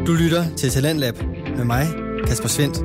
Du lytter til Talentlab med mig, Kasper Svendt.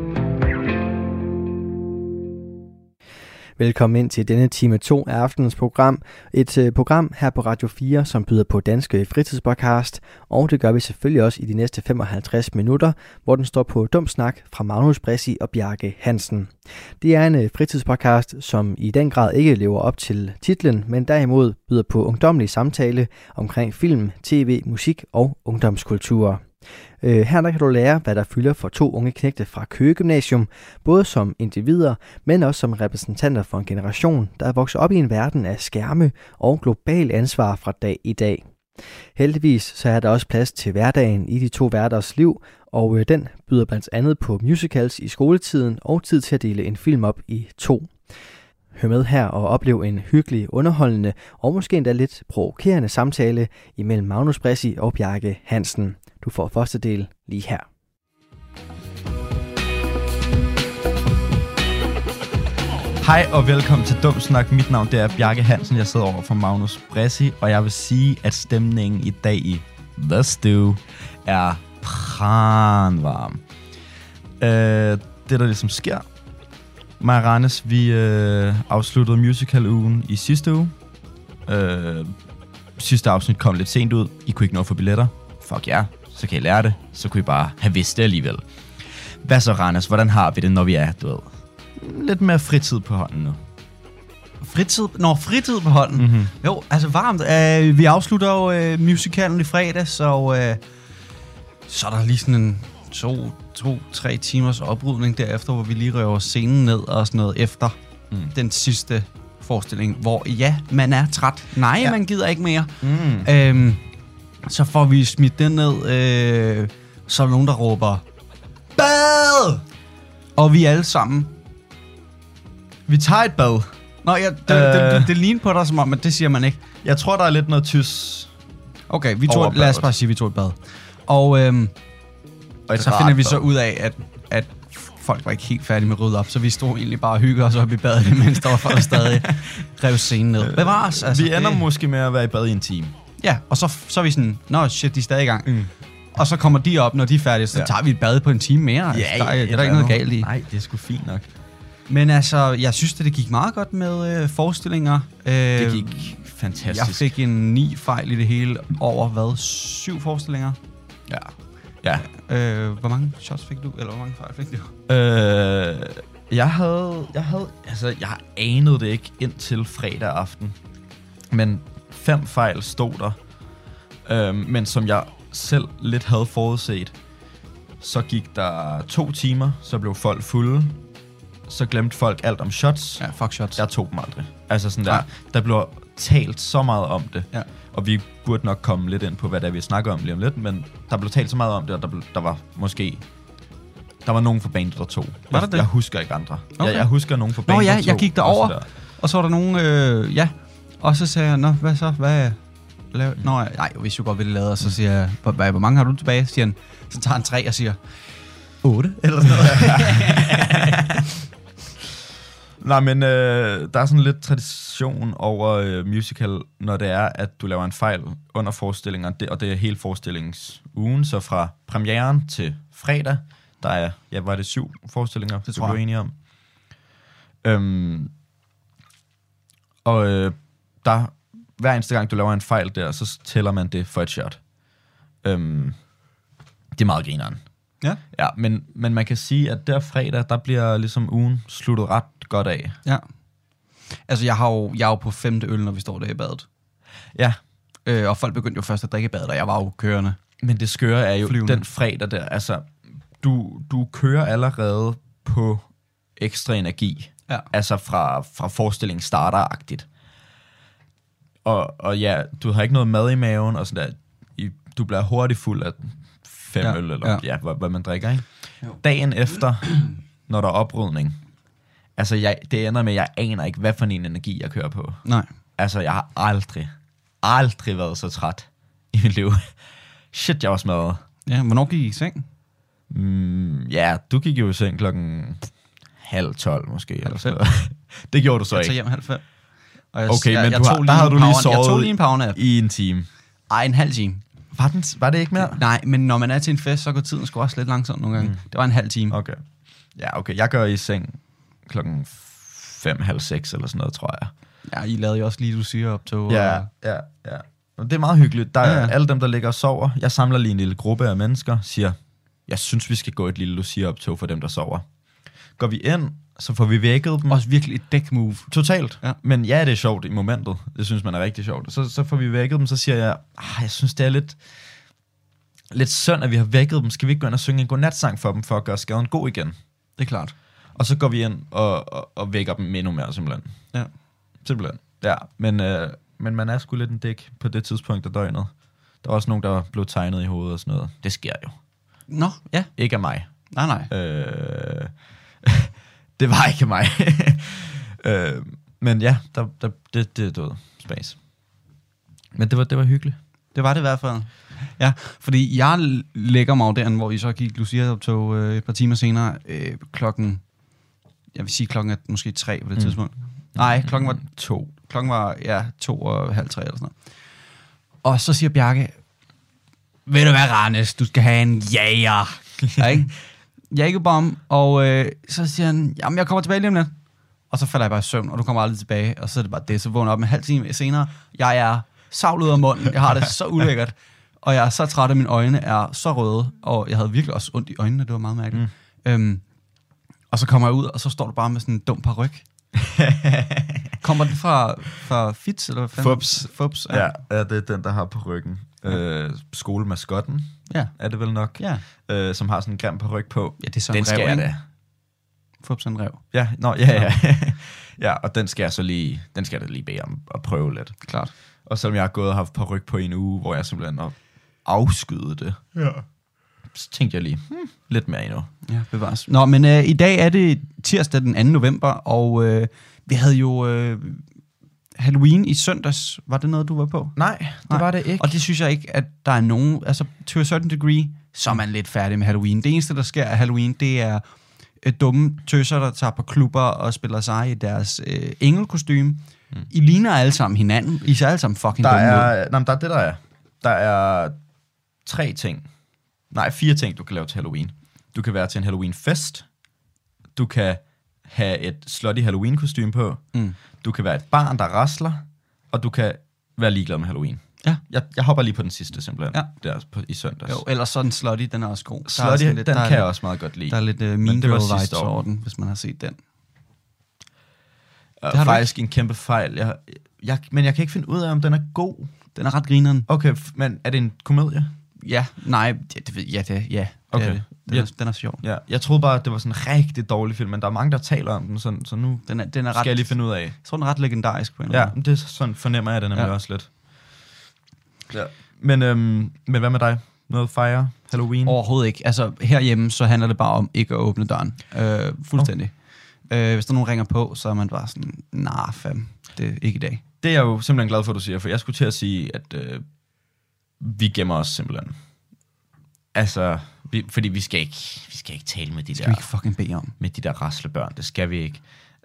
Velkommen ind til denne time 2 af aftenens program. Et program her på Radio 4, som byder på danske fritidspodcast. Og det gør vi selvfølgelig også i de næste 55 minutter, hvor den står på Dum Snak fra Magnus Bressi og Bjarke Hansen. Det er en fritidspodcast, som i den grad ikke lever op til titlen, men derimod byder på ungdommelig samtale omkring film, tv, musik og ungdomskultur. Her der kan du lære, hvad der fylder for to unge knægte fra Køge Gymnasium, både som individer, men også som repræsentanter for en generation, der er vokset op i en verden af skærme og global ansvar fra dag i dag. Heldigvis så er der også plads til hverdagen i de to værters liv, og den byder blandt andet på musicals i skoletiden og tid til at dele en film op i 2. Hør med her og oplev en hyggelig, underholdende og måske endda lidt provokerende samtale imellem Magnus Bressi og Bjarke Hansen. Du får første del lige her. Hej og velkommen til Dum Snak. Mit navn det er Bjarke Hansen. Jeg sidder over for Magnus Bressi, og jeg vil sige, at stemningen i dag i The Stew er pranvarm. Det der ligesom sker, mig og Rannes, vi afsluttede musical-ugen i sidste uge. Sidste afsnit kom lidt sent ud. I kunne ikke nå at få billetter. Fuck ja, så kan I lære det. Så kunne I bare have vidst det alligevel. Hvad så, Rannes? Hvordan har vi det, når vi er, du ved, lidt mere fritid på hånden nu? Fritid på hånden? Mm-hmm. Jo, altså varmt. Vi afslutter jo musicalen i fredag, så er der lige sådan en 2-3 timers oprydning derefter, hvor vi lige røver scenen ned og sådan noget efter den sidste forestilling, hvor ja, man er træt. Nej, ja. Man gider ikke mere. Så får vi smidt den ned, så er der nogen, der råber bad! Og vi alle sammen, vi tager et bad. Nå, ja, det ligner på dig som om, men det siger man ikke. Jeg tror, der er lidt noget tys. Okay, lad os bare sige, vi tog et bad. Og så finder vi så ud af, at folk var ikke helt færdige med at rydde op, så vi stod egentlig bare og hyggede os op i badet, mens der var folk stadig rev scenen ned. Bevares, altså. Vi ender måske med at være i bad i en time. Ja, og så er vi sådan, nå shit, de er stadig i gang. Og så kommer de op, når de er færdige, så tager vi et bad på en time mere. Altså, ja, der er ikke noget galt i. Nej, det er sgu fint nok. Men altså, jeg synes, det gik meget godt med forestillinger. Det gik fantastisk. Jeg fik en 9 fejl i det hele over, 7 forestillinger? Ja. Hvor mange shots fik du, eller hvor mange fejl fik du? Jeg anede det ikke indtil fredag aften. Men 5 fejl stod der. Men som jeg selv lidt havde forudset, så gik der 2 timer, så blev folk fulde. Så glemte folk alt om shots. Ja, fuck shots. Jeg tog dem aldrig. Altså sådan der blev talt så meget om det. Ja. Og vi burde nok komme lidt ind på, hvad det er, vi snakker om lige om lidt. Men der blev talt så meget om det, og der var måske... Der var nogen fra bandet, der tog. Var det det? Jeg husker ikke andre. Okay. Jeg husker nogen fra bandet, der tog. Jeg gik derover, og så var der nogen... Og så sagde jeg, nå, hvad så? Nej, hvis du godt ville lade, og så siger jeg, hvor mange har du tilbage? Siger han, så tager han 3 og siger, 8 eller sådan noget. Nej, men der er sådan lidt tradition over musical, når det er, at du laver en fejl under forestillingen, og det er hele forestillingsugen, så fra premieren til fredag, der er, var det 7 forestillinger, det tror jeg. Enige om. Der, hver eneste gang, du laver en fejl der, så tæller man det for et shot. Det er meget grineren. Ja. Ja, men man kan sige, at der fredag, der bliver ligesom ugen sluttet ret godt af. Ja. Altså, jeg er jo på 5. øl, når vi står der i badet. Ja. Og folk begyndte jo først at drikke i badet, og jeg var jo kørende. Men det skøre er jo flyvende. Den fredag der. Altså, du kører allerede på ekstra energi. Ja. Altså fra forestillingen starter-agtigt. Og ja, du har ikke noget mad i maven, og sådan der. Du bliver hurtigt fuld af 5 øl, eller hvad man drikker, ikke? Jo. Dagen efter, når der er oprydning, altså det ender med, at jeg aner ikke, hvad for en energi, jeg kører på. Nej. Altså, jeg har aldrig været så træt i mit liv. Shit, jeg var smadret. Ja, hvornår gik I i seng? Ja, du gik jo i seng 11:30 måske. Eller sådan. Det gjorde du så ikke. Jeg tager hjem 4:30. Okay, men der havde du lige sovet en powernap i en time. Ej, en halv time. Var det ikke mere? Nej, men når man er til en fest, så går tiden sgu også lidt langsomt nogle gange. Det var en halv time. Okay. Ja, okay. Jeg gør i seng klokken 5:30 eller sådan noget, tror jeg. Ja, I lavede jo også lige Lucia-optog. Ja. Og det er meget hyggeligt. Der er alle dem, der ligger og sover. Jeg samler lige en lille gruppe af mennesker, siger, jeg synes, vi skal gå et lille Lucia-optog for dem, der sover. Går vi ind, så får vi vækket dem. Også virkelig et dæk-move. Totalt. Ja. Men ja, det er sjovt i momentet. Det synes man er rigtig sjovt. Så får vi vækket dem, så siger jeg, jeg synes, det er lidt synd, at vi har vækket dem. Skal vi ikke gå ind og synge en godnatsang for dem, for at gøre skaden god igen? Det er klart. Og så går vi ind og vækker dem endnu mere, simpelthen. Ja. Simpelthen. Ja, men man er sgu lidt en dæk på det tidspunkt af døgnet. Der var også nogen, der blev tegnet i hovedet og sådan noget. Det sker jo. Nå, ja. Ikke af mig. Nej. Det var ikke af mig. Men ja, det er død. Spas. Men det var hyggeligt. Det var det i hvert fald. Ja, fordi jeg lægger mig derinde, hvor I så gik Lucia-optog et par timer senere. Klokken er måske 3 på det tidspunkt. Nej, klokken var 2. Klokken var 2:30 eller sådan noget. Og så siger Bjarke, ved du hvad, Rannes, du skal have en jager. Ja, ikke? Jagerbomb, og så siger han, jamen jeg kommer tilbage lige om lidt. Og så falder jeg bare i søvn, og du kommer aldrig tilbage. Og så er det bare det, så vågner jeg op en halv time senere. Jeg er savlet ud af munden, jeg har det så ulækkert. Og jeg er så træt, at mine øjne er så røde. Og jeg havde virkelig også ondt i øjnene, det var meget mærkeligt. Og så kommer jeg ud, og så står du bare med sådan en dum paryk. Kommer den fra Fitz, eller hvad fanden? Fubs, ja. Ja, det er den, der har på ryggen. Skolemaskotten, er det vel nok, som har sådan en grim paryk på. Ja, det er sådan den en rev, skal jeg da. Fubs en rev. Ja, ja. Ja, og den skal jeg da lige bede om at prøve lidt. Klart. Og selvom jeg har gået og haft paryk på i en uge, hvor jeg simpelthen har afskydet det, så tænkte jeg lige, lidt mere endnu. Ja, bevares. Nå, men i dag er det tirsdag den 2. november, og vi havde jo Halloween i søndags. Var det noget, du var på? Nej, det var det ikke. Og det synes jeg ikke, at der er nogen, altså to a certain degree, så er man lidt færdig med Halloween. Det eneste, der sker af Halloween, det er dumme tøser, der tager på klubber og spiller sig i deres engelkostyme. I ligner alle sammen hinanden. I ser alle sammen fucking dumme ud. Der er det, der er. Der er 4 ting, du kan lave til Halloween. Du kan være til en Halloween-fest. Du kan have et slutty Halloween-kostyme på. Du kan være et barn, der rasler. Og du kan være ligeglad med Halloween. Ja. Jeg hopper lige på den sidste, simpelthen. Ja. Der i søndags. Jo, ellers sådan slutty, den er også god. Slutty, den kan jeg også meget godt lide. Der er lidt Mean Girl vibes over den, hvis man har set den. Det er faktisk en kæmpe fejl. Men jeg kan ikke finde ud af, om den er god. Den er ret grineren. Okay, men er det en komedie? Ja, nej, det ved jeg, ja. Okay. Den er sjov. Ja, jeg troede bare, at det var sådan en rigtig dårlig film, men der er mange, der taler om den, så nu den er skal ret, jeg lige finde ud af. Jeg tror, den er ret legendarisk på en måde. Ja, det er sådan fornemmer jeg det nemlig også lidt. Ja. Men hvad med dig? Noget fire? Halloween? Overhovedet ikke. Altså, herhjemme, så handler det bare om ikke at åbne døren. Fuldstændig. Hvis der nogen ringer på, så er man bare sådan, fam, det er ikke i dag. Det er jeg jo simpelthen glad for, at du siger, for jeg skulle til at sige, at vi gemmer os simpelthen. Altså, fordi vi skal ikke tale med de der... Skal vi ikke fucking bede om? Med de der raslebørn, det skal vi ikke.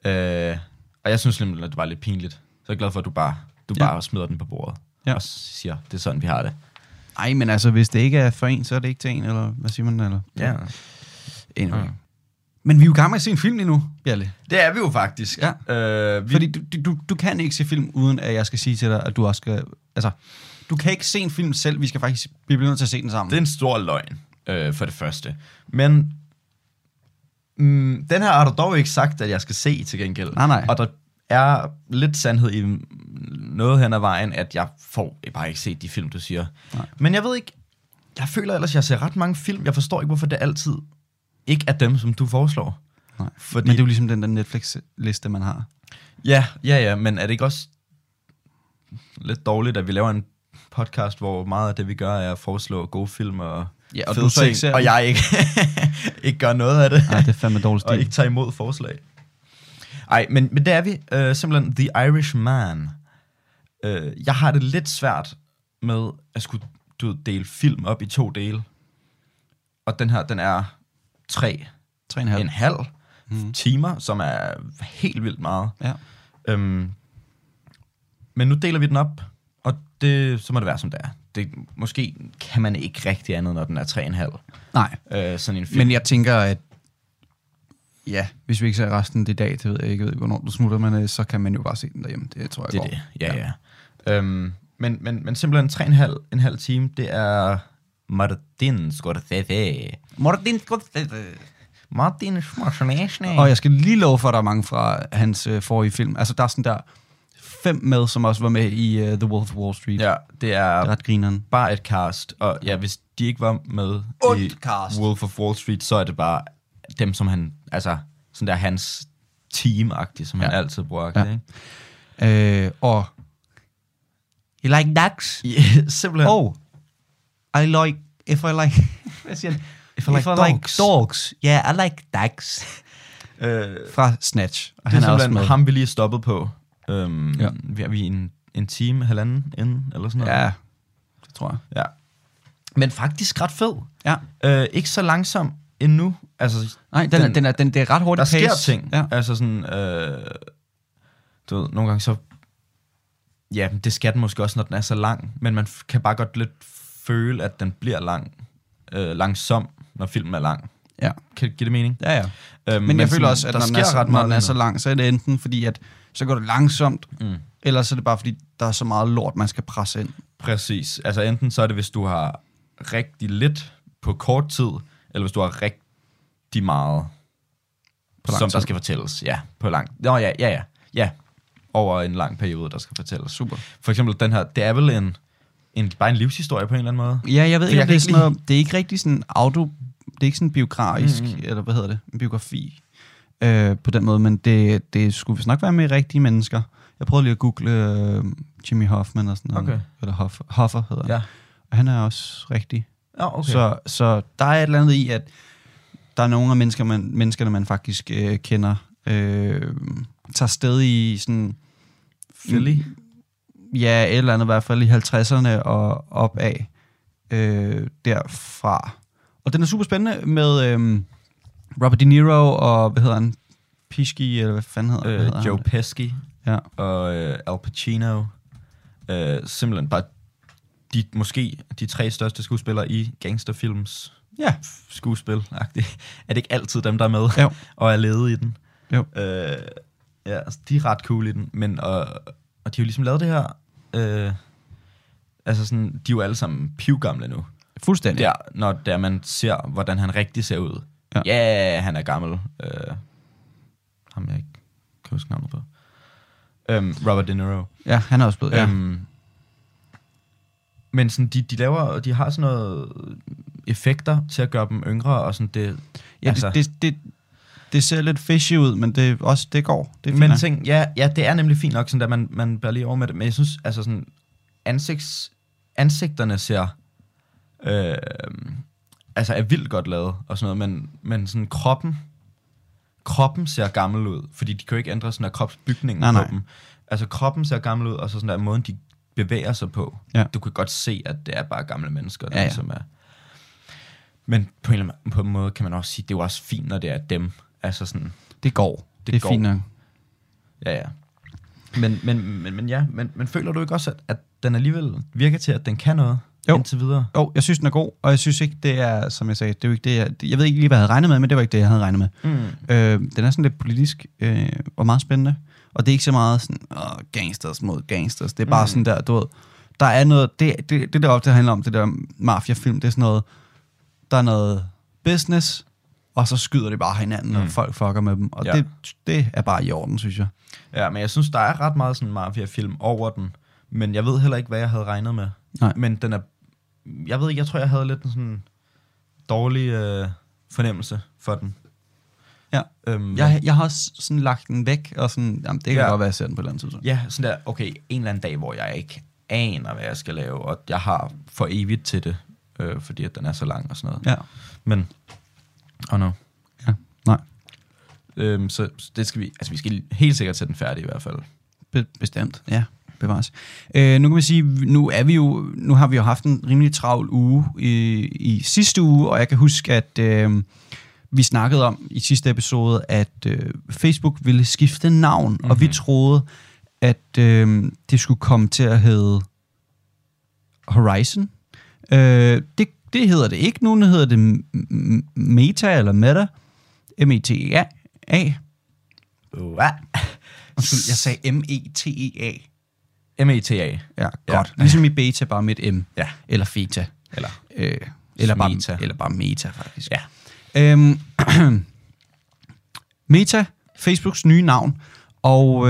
Og jeg synes simpelthen, at det var lidt pinligt. Så jeg er glad for, at du bare smider den på bordet. Ja. Og siger, det er sådan, vi har det. Ej, men altså, hvis det ikke er for en, så er det ikke til en, eller hvad siger man? Eller? Ja. Anyway. Men vi er jo i gang med at se en film lige nu, Bjalle. Det er vi jo faktisk. Ja. Fordi du kan ikke se film, uden at jeg skal sige til dig, at du også skal... Altså, du kan ikke se en film selv, vi bliver nødt til at se den sammen. Det er en stor løgn, for det første. Men den her har du dog ikke sagt, at jeg skal se til gengæld. Nej. Og der er lidt sandhed i noget hen ad vejen, at jeg får bare ikke set de film, du siger. Nej. Men jeg ved ikke, jeg føler ellers, at jeg ser ret mange film. Jeg forstår ikke, hvorfor det altid ikke er dem, som du foreslår. Nej. Men det er jo ligesom den der Netflix-liste, man har. Ja, men er det ikke også lidt dårligt, at vi laver en podcast, hvor meget af det, vi gør, er at foreslå gode film og og fede ting, ikke og jeg ikke gør noget af det. Nej, det er fandme dårligt stil. Og ikke tager imod forslag. Ej, men det er vi. Simpelthen The Irishman. Jeg har det lidt svært med at skulle dele film op i 2 dele. Og den her, den er 3,5 timer, som er helt vildt meget. Ja. Men nu deler vi den op, og så må det være, som det er. måske kan man ikke rigtig andet, når den er 3,5. Nej. Sådan en film. Men jeg tænker, at ja, hvis vi ikke ser resten det dag, det ved jeg ikke, hvornår du smutter, men så kan man jo bare se den derhjemme. Det tror jeg det går. Det, ja. Men simpelthen 3,5 time, det er Martin Scorsese. Martin Scorsese. Og jeg skal lige love for, at der er mange fra hans forrige film. Altså, der er sådan der 5 med, som også var med i The Wolf of Wall Street. Ja, det er ret grineren. bare et cast. Og ja, hvis de ikke var med i cast. Wolf of Wall Street, så er det bare dem, som han, altså sådan der hans team-agtigt, som han altid bruger. Ikke? Og you like ducks? Yeah, simpelthen. Oh, I like, if I like, if I like dogs. Yeah, I like ducks. Fra Snatch. Og det er han er også med. ham, vi lige stoppet på. Vi er en time, halvanden inden, eller sådan noget. Ja, det tror jeg. Ja. Men faktisk ret fed. Ja. Ikke så langsom endnu. Altså, nej, det er ret hurtigt der pace. sker ting. Ja. Altså sådan, du ved, nogle gange så, ja, det skal den måske også, når den er så lang, men man kan bare godt lidt føle, at den bliver langsom, når filmen er lang. Ja. Kan det give det mening? Ja. Men jeg føler også, at når den er så lang, så er det enten fordi, at så går det langsomt, eller så er det bare fordi, der er så meget lort, man skal presse ind. Præcis. Altså enten så er det, hvis du har rigtig lidt på kort tid, eller hvis du har rigtig meget, som der skal fortælles. Ja, på lang. Nå ja. Over en lang periode, der skal fortælles. Super. For eksempel den her, det er vel bare en livshistorie på en eller anden måde. Ja, jeg ved ikke, det er sådan noget, det er ikke rigtig sådan det er ikke sådan biografisk, eller hvad hedder det, en biografi på den måde, men det skulle vist nok være med rigtige mennesker. Jeg prøvede lige at google Jimmy Hoffman og sådan noget. Okay. Eller Hoffer hedder han. Ja. Og han er også rigtig. Ja, okay. Så der er et eller andet i, at der er nogle af menneskerne, man faktisk kender, tager sted i sådan Philly? Ja, et eller andet i hvert fald i 50'erne og opad derfra. Og den er super spændende med Robert De Niro og, hvad hedder han? Pesci, eller hvad fanden hedder Joe Pesci. Ja. Og Al Pacino. Simpelthen bare måske de 3 største skuespillere i gangsterfilms skuespil. Er det ikke altid dem, der er med og er ledet i den? Jo. Ja, altså, de er ret cool i den, men og de har jo ligesom lavet det her, altså sådan, de er jo alle sammen pivgamle nu. Fuldstændig. Ja, når man ser, hvordan han rigtig ser ud. Ja, han er gammel. Ham jeg ikke kan huske navnet på. Robert De Niro. Ja, han er også blevet, men sådan, de har sådan noget effekter til at gøre dem yngre, og sådan det... Ja, altså, det ser lidt fishy ud, men det går. Det er men ting, ja, det er nemlig fint nok, sådan at man bærer lige over med det, men jeg synes, altså sådan, ansigterne ser, altså er vildt godt lavet, og sådan noget, men sådan kroppen ser gammel ud, fordi de kan jo ikke ændre sådan der kropsbygningen på dem. Altså kroppen ser gammel ud, og så sådan der måden, de bevæger sig på. Ja. Du kan godt se, at det er bare gamle mennesker, der som er. Men på en måde kan man også sige, det er jo også fint, når det er dem. Altså sådan, det går. Det er fint nok. Ja. Men føler du ikke også, at den alligevel virker til, at den kan noget indtil videre? Jo, jeg synes, den er god, og jeg synes ikke, det er, som jeg sagde, det er jo ikke det, jeg ved ikke lige, hvad jeg havde regnet med, men det var ikke det, jeg havde regnet med. Den er sådan lidt politisk og meget spændende, og det er ikke så meget sådan, gangsters mod gangsters, det er bare sådan der, du ved, der er noget, det der ofte handler om, det der mafiafilm, det er sådan noget, der er noget business, og så skyder de bare hinanden, og folk fucker med dem. Og det er bare i orden, synes jeg. Ja, men jeg synes, der er ret meget sådan en mafia-film over den. Men jeg ved heller ikke, hvad jeg havde regnet med. Nej. Men den er... Jeg ved ikke, jeg tror, jeg havde lidt en sådan dårlig fornemmelse for den. Ja. Jeg har også sådan lagt den væk, og sådan, jamen, det kan godt være, jeg ser den på et eller andet tidspunkt. Ja, sådan der, okay, en eller anden dag, hvor jeg ikke aner, hvad jeg skal lave, og jeg har for evigt til det, fordi at den er så lang og sådan noget. Ja. Men... no. Ja, nej. Så det skal vi skal helt sikkert sætte den færdig i hvert fald. Bestemt, ja, bevares. Nu kan man sige, nu har vi jo haft en rimelig travl uge i sidste uge, og jeg kan huske, at vi snakkede om i sidste episode, at Facebook ville skifte navn, og vi troede, at det skulle komme til at hedde Horizon. Det hedder det ikke. Nu hedder det Meta eller Meta. M-E-T-E-A. Undskyld, jeg sagde M-E-T-E-A. M-E-T-A. Ja, godt. Ligesom i beta, bare med et M. Ja. Eller feta. Eller bare meta, faktisk. Ja. Meta, Facebooks nye navn. Og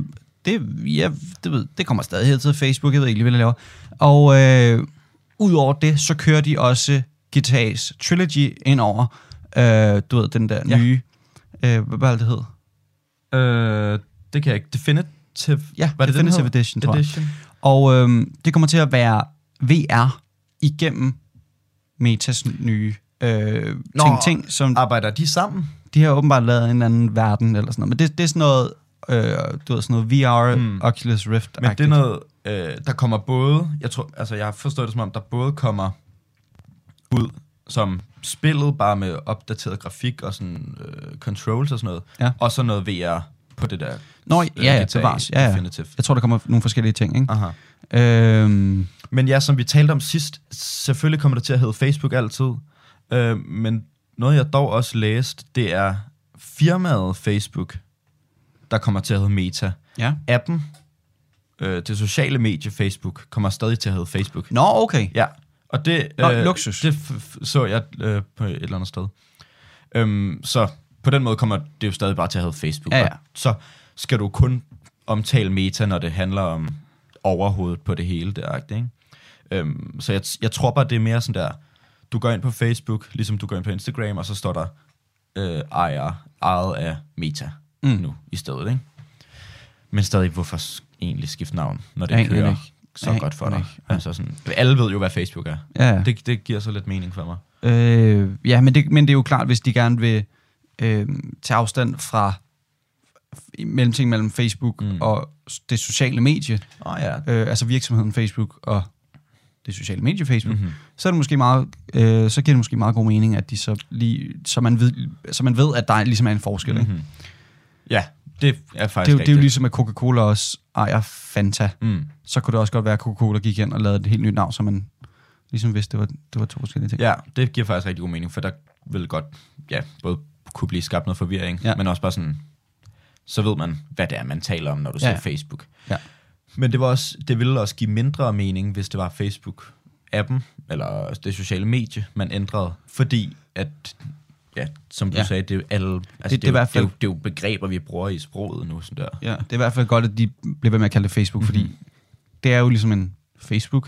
det kommer stadig her til Facebook. Jeg ved ikke lige, hvad det laver. Og udover det, så kører de også GTA's Trilogy ind over. Du ved, den der nye... hvad det hed? Det kan jeg ikke. Definitive... Ja, var det Definitive Edition, tror jeg. Og det kommer til at være VR igennem Metas nye ting. Som arbejder de sammen? De har åbenbart lavet en eller anden verden eller sådan noget. Men det er sådan noget, du ved, sådan noget VR, Oculus Rift. Men det er noget, der kommer både... Jeg har forstået det som om, der både kommer ud som spillet, bare med opdateret grafik og sådan controls og sådan noget. Ja. Og så noget VR på det der... bevares. Ja. Definitive. Jeg tror, der kommer nogle forskellige ting, ikke? Aha. Men ja, som vi talte om sidst, selvfølgelig kommer det til at hedde Facebook altid. Men noget, jeg dog også læste, det er firmaet Facebook, der kommer til at hedde Meta. Ja. Appen, det sociale medie Facebook, kommer stadig til at hedde Facebook. Nå, okay. Ja, og det, luksus. Det så jeg på et eller andet sted. Så på den måde kommer det jo stadig bare til at hedde Facebook. Ja. Så skal du kun omtale Meta, når det handler om overhovedet på det hele der, ikke? Så jeg tror bare, det er mere sådan der, du går ind på Facebook, ligesom du går ind på Instagram, og så står der ejet af Meta nu i stedet, ikke? Men stadig, hvorfor egentlig skifte navn, når det kører så godt for dig? Altså sådan, alle ved jo, hvad Facebook er. Ja. Det giver så lidt mening for mig. Men det er jo klart, hvis de gerne vil tage afstand fra mellemting mellem Facebook og det sociale medie, altså virksomheden Facebook og det sociale medie Facebook, så er det måske meget, så giver det måske meget god mening, at de så lige, så man ved, at der ligesom er en forskel, ikke? Ja, det er faktisk det er jo ligesom, at Coca-Cola også ejer Fanta. Så kunne det også godt være, at Coca-Cola gik ind og lavede et helt nyt navn, så man ligesom vidste, det var to forskellige ting. Ja, det giver faktisk rigtig god mening, for der vil godt, både kunne blive skabt noget forvirring, men også bare sådan, så ved man, hvad det er, man taler om, når du siger Facebook. Ja. Men det ville også give mindre mening, hvis det var Facebook-appen, eller det sociale medie, man ændrede, fordi at, som du sagde, det er jo alle, altså det er jo begreber, vi bruger i sproget nu, sådan der. Ja, det er i hvert fald godt, at de bliver ved med at kalde det Facebook, fordi det er jo ligesom en Facebook,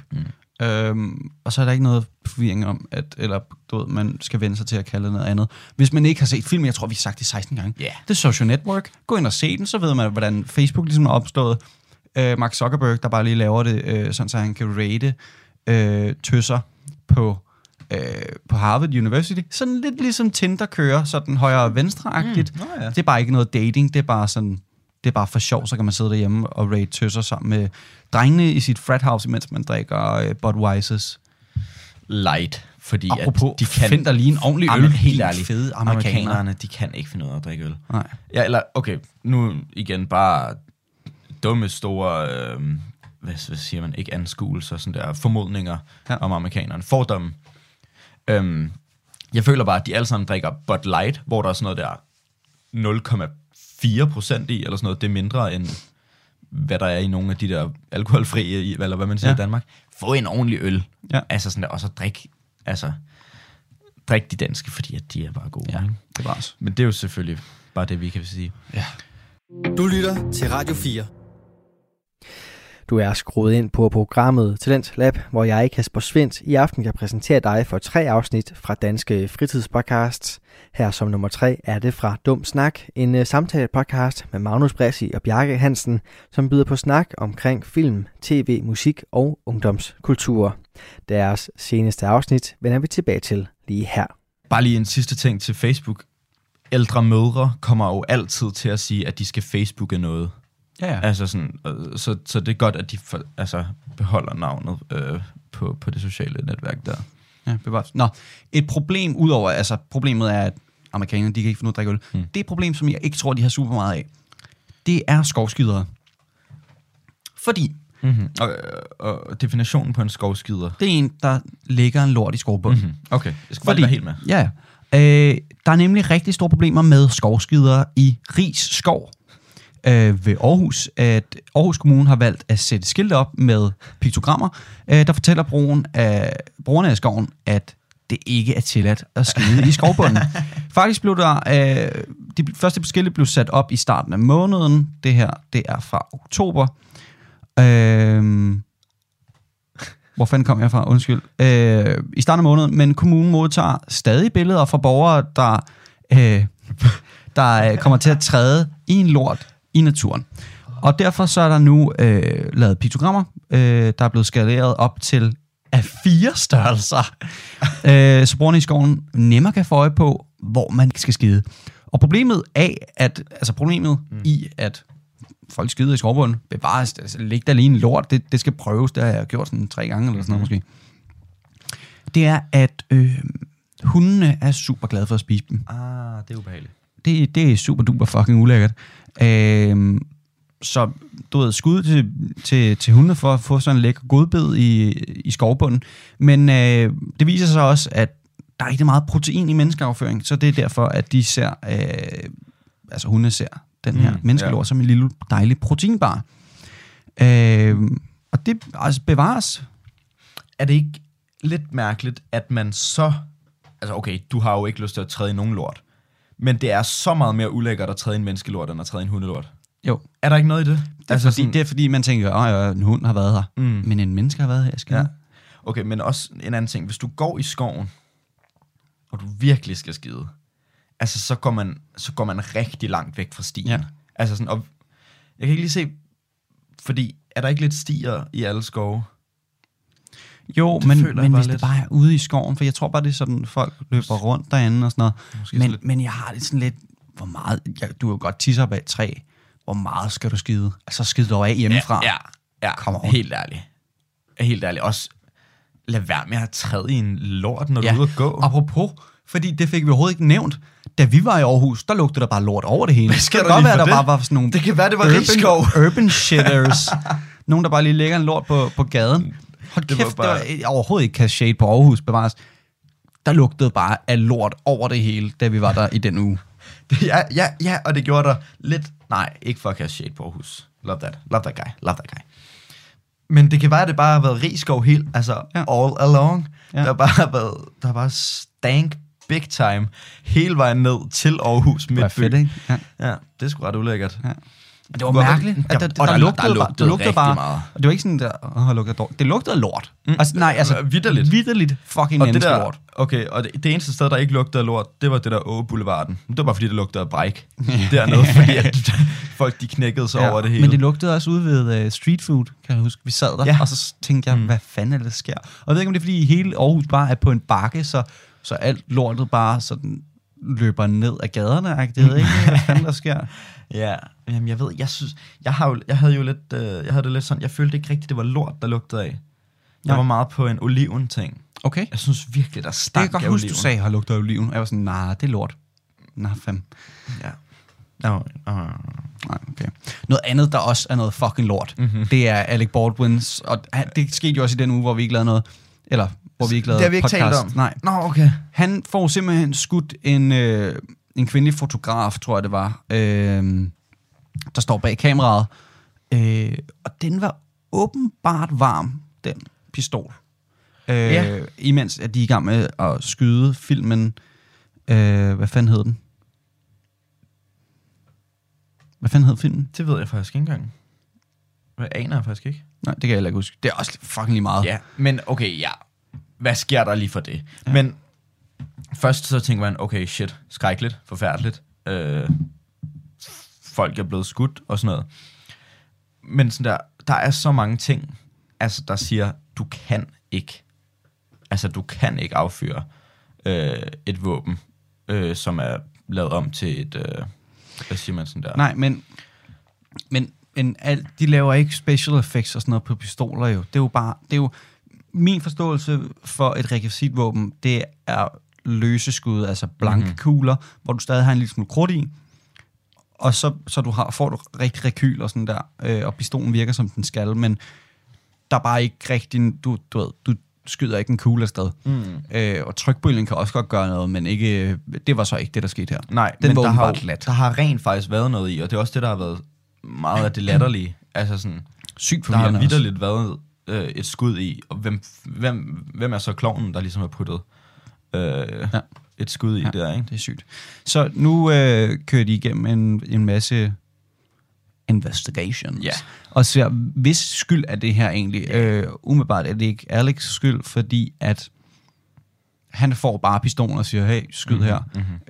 og så er der ikke noget forvirring om, man skal vende sig til at kalde det noget andet. Hvis man ikke har set filmen, jeg tror, vi har sagt det 16 gange, det er Social Network, gå ind og se den, så ved man, hvordan Facebook ligesom er opstået. Mark Zuckerberg, der bare lige laver det, sådan så han kan rate tøsser på Harvard University. Sådan lidt ligesom Tinder kører, sådan højre- og venstre-agtigt. Det er bare ikke noget dating, det er bare sådan, det er bare for sjov, så kan man sidde derhjemme og rate tøsser sammen med drengene i sit frat house, mens man drikker Budweisers Light, fordi apropos, at de kan finder lige en ordentlig øl, helt ærligt. Fede amerikanerne, de kan ikke finde ud af at drikke øl. Nej. Ja, eller okay, nu igen bare dumme store, hvad siger man, ikke anskuelser, sådan der formodninger om amerikanerne, fordomme. Jeg føler bare, at de alle sammen drikker Bud Light, hvor der er sådan noget der 0,4% i, eller sådan noget, det er mindre end hvad der er i nogle af de der alkoholfrie, eller hvad man siger i Danmark. Få en ordentlig øl, altså sådan der, og så drik de danske, fordi at de er bare gode. Ja, det var også. Men det er jo selvfølgelig bare det, vi kan sige. Ja. Du lytter til Radio 4. Du er skruet ind på programmet Talent Lab, hvor jeg, Kasper Svendt, i aften kan præsentere dig for 3 afsnit fra Danske Fritidspodcasts. Her som nummer 3 er det fra Dum Snak, en samtale-podcast med Magnus Bressi og Bjarke Hansen, som byder på snak omkring film, tv, musik og ungdomskultur. Deres seneste afsnit vender vi tilbage til lige her. Bare lige en sidste ting til Facebook. Ældre mødre kommer jo altid til at sige, at de skal Facebooke noget. Ja. Altså sådan, så det er godt, at de beholder navnet på det sociale netværk der. Ja, bevares. Nå, et problem udover, problemet er, at amerikanerne, de kan ikke finde ud af at drikke øl. Det er et problem, som jeg ikke tror, de har super meget af. Det er skovskydere. Fordi Mm-hmm. Og definitionen på en skovskider? Det er en, der ligger en lort i skovbunden. Mm-hmm. Okay, jeg skal bare være helt med. Ja, der er nemlig rigtig store problemer med skovskider i Riis Skov ved Aarhus. At Aarhus Kommune har valgt at sætte skilte op med piktogrammer, der fortæller brugerne af skoven, at det ikke er tilladt at skide i skovbunden. Faktisk blev der... de første skilte blev sat op i starten af måneden. Det her, det er fra oktober. Hvor fanden kom jeg fra? Undskyld. I starten af måneden, men kommunen modtager stadig billeder fra borgere, der kommer til at træde i en lort i naturen. Og derfor så er der nu lavet piktogrammer, der er blevet skaleret op til A4 størrelser, så brugerne i skoven nemmere kan få øje på, hvor man skal skide. Og problemet i, at folk skider i skovbunden, bevares, altså, ligge der lige en lort, det skal prøves, det har jeg gjort sådan 3 gange, eller sådan noget måske. Det er, at hundene er super glade for at spise dem. Det er ubehageligt. Det er super duper fucking ulækkert. Så du ved, skud til hundene for at få sådan en lækker godbid i skovbunden. Men det viser sig også, at der er rigtig meget protein i menneskeafføring, så det er derfor, at de ser, hundene ser den her menneskelort som en lille dejlig proteinbar. Og det altså bevares. Er det ikke lidt mærkeligt, at man så... Altså okay, du har jo ikke lyst til at træde i nogen lort, men det er så meget mere ulækkert at træde i en menneskelort, end at træde i en hundelort. Jo. Er der ikke noget i det? Det er fordi man tænker, en hund har været her, men en menneske har været her. Ja. Okay, men også en anden ting. Hvis du går i skoven, og du virkelig skal skide, altså så går man rigtig langt væk fra stien. Ja. Altså sådan, og jeg kan ikke lige se, fordi er der ikke lidt stier i alle skove? Jo, men hvis det bare er ude i skoven, for jeg tror bare, det er sådan, folk løber rundt derinde og sådan noget. Men jeg har det sådan lidt, hvor meget, du er jo godt tisse op af et træ, hvor meget skal du skide? Altså skide dog af hjemmefra. Ja. Helt ærligt. Også lad være med at træde i en lort, når du er ude at gå. Apropos, fordi det fik vi overhovedet ikke nævnt. Da vi var i Aarhus, der lugtede der bare lort over det hele. Hvad skal det kan godt være, der bare var sådan nogle... Det kan være, det var Rigskov. Urban shitters. Nogen, der bare lige lægger en lort på gaden. Hold kæft, det var overhovedet ikke cast shade på Aarhus, bevares. Der lugtede bare af lort over det hele, da vi var der i den uge. Ja, og det gjorde der lidt... Nej, ikke for at cast shade på Aarhus. Love that guy. Men det kan være, at det bare har været Rigskov helt, altså all along. Ja. Der har bare stank big time hele vejen ned til Aarhus midtby. Det var fedt, ikke? Ja, det er sgu ret ulækkert. Ja. Det var mærkeligt. Der lugtede rigtig bare, meget. Det var ikke sådan, der lugtede lort. Det lugtede lort. Vitterligt fucking menneskelort. Okay, og det eneste sted, der ikke lugtede af lort, det var det der Åge Boulevarden. Det var bare fordi, det lugtede af bræk dernede, fordi at folk de knækkede sig over det hele. Men det lugtede også ude ved street food, kan jeg huske. Vi sad der, og så tænkte jeg, hvad fanden er det, der sker? Og jeg ved ikke, om det er fordi hele Aarhus bare er på en bakke, så alt lortet bare sådan løber ned ad gaderne. Jeg ved ikke, hvad fanden der sker. Ja, jamen jeg ved, jeg havde det lidt sådan, jeg følte ikke rigtigt, det var lort, der lugtede af. Jeg var meget på en oliven-ting. Okay. Jeg synes virkelig, der stank af oliven. Det kan godt huske, du sagde, har lugtet af oliven. Jeg var sådan, nej, det er lort. Nej, fem. Ja. Nej, okay. Noget andet, der også er noget fucking lort, det er Alec Baldwins, og det skete jo også i den uge, hvor vi ikke lavede noget, eller hvor vi ikke lavede podcast. Det har vi ikke talt om. Nej. Nå, okay. Han får simpelthen skudt en kvindelig fotograf, tror jeg det var, der står bag kameraet, og den var åbenbart varm, den pistol. Imens at de er i gang med at skyde filmen, hvad fanden hed den? Hvad fanden hed filmen? Det ved jeg faktisk ikke engang. Hvad aner jeg faktisk ikke? Nej, det kan jeg heller ikke huske. Det er også fucking lige meget. Ja, men okay, ja. Hvad sker der lige for det? Ja. Men først så tænker man, okay, shit, skrækkeligt, forfærdeligt. Folk er blevet skudt og sådan noget. Men sådan der er så mange ting, altså der siger, du kan ikke affyre et våben, som er lavet om til et, hvad siger man sådan der? Nej, men de laver ikke special effects og sådan noget på pistoler jo. Det er jo min forståelse for et rekvisitvåben, det er løse skud, altså blanke kugler, hvor du stadig har en lille smule krudt i, og så får du rigtig rekyl og sådan der, og pistolen virker som den skal, men der er bare ikke rigtig... Du skyder ikke en kugle afsted. Og trykbølgen kan også godt gøre noget, men ikke, det var så ikke det, der skete her. Nej, den men var der har rent faktisk været noget i, og det er også det, der har været meget af det latterlige. Altså sådan, sygt der har forvirrende vitterligt været et skud i, og hvem er så klovnen, der ligesom har puttet et skud i der, ikke? Det er sygt. Så nu kører de igennem en masse investigations. Ja. Og ser, hvis skyld er det her egentlig? Umiddelbart er det ikke Alex' skyld, fordi at han får bare pistolen og siger, hey, skyd her.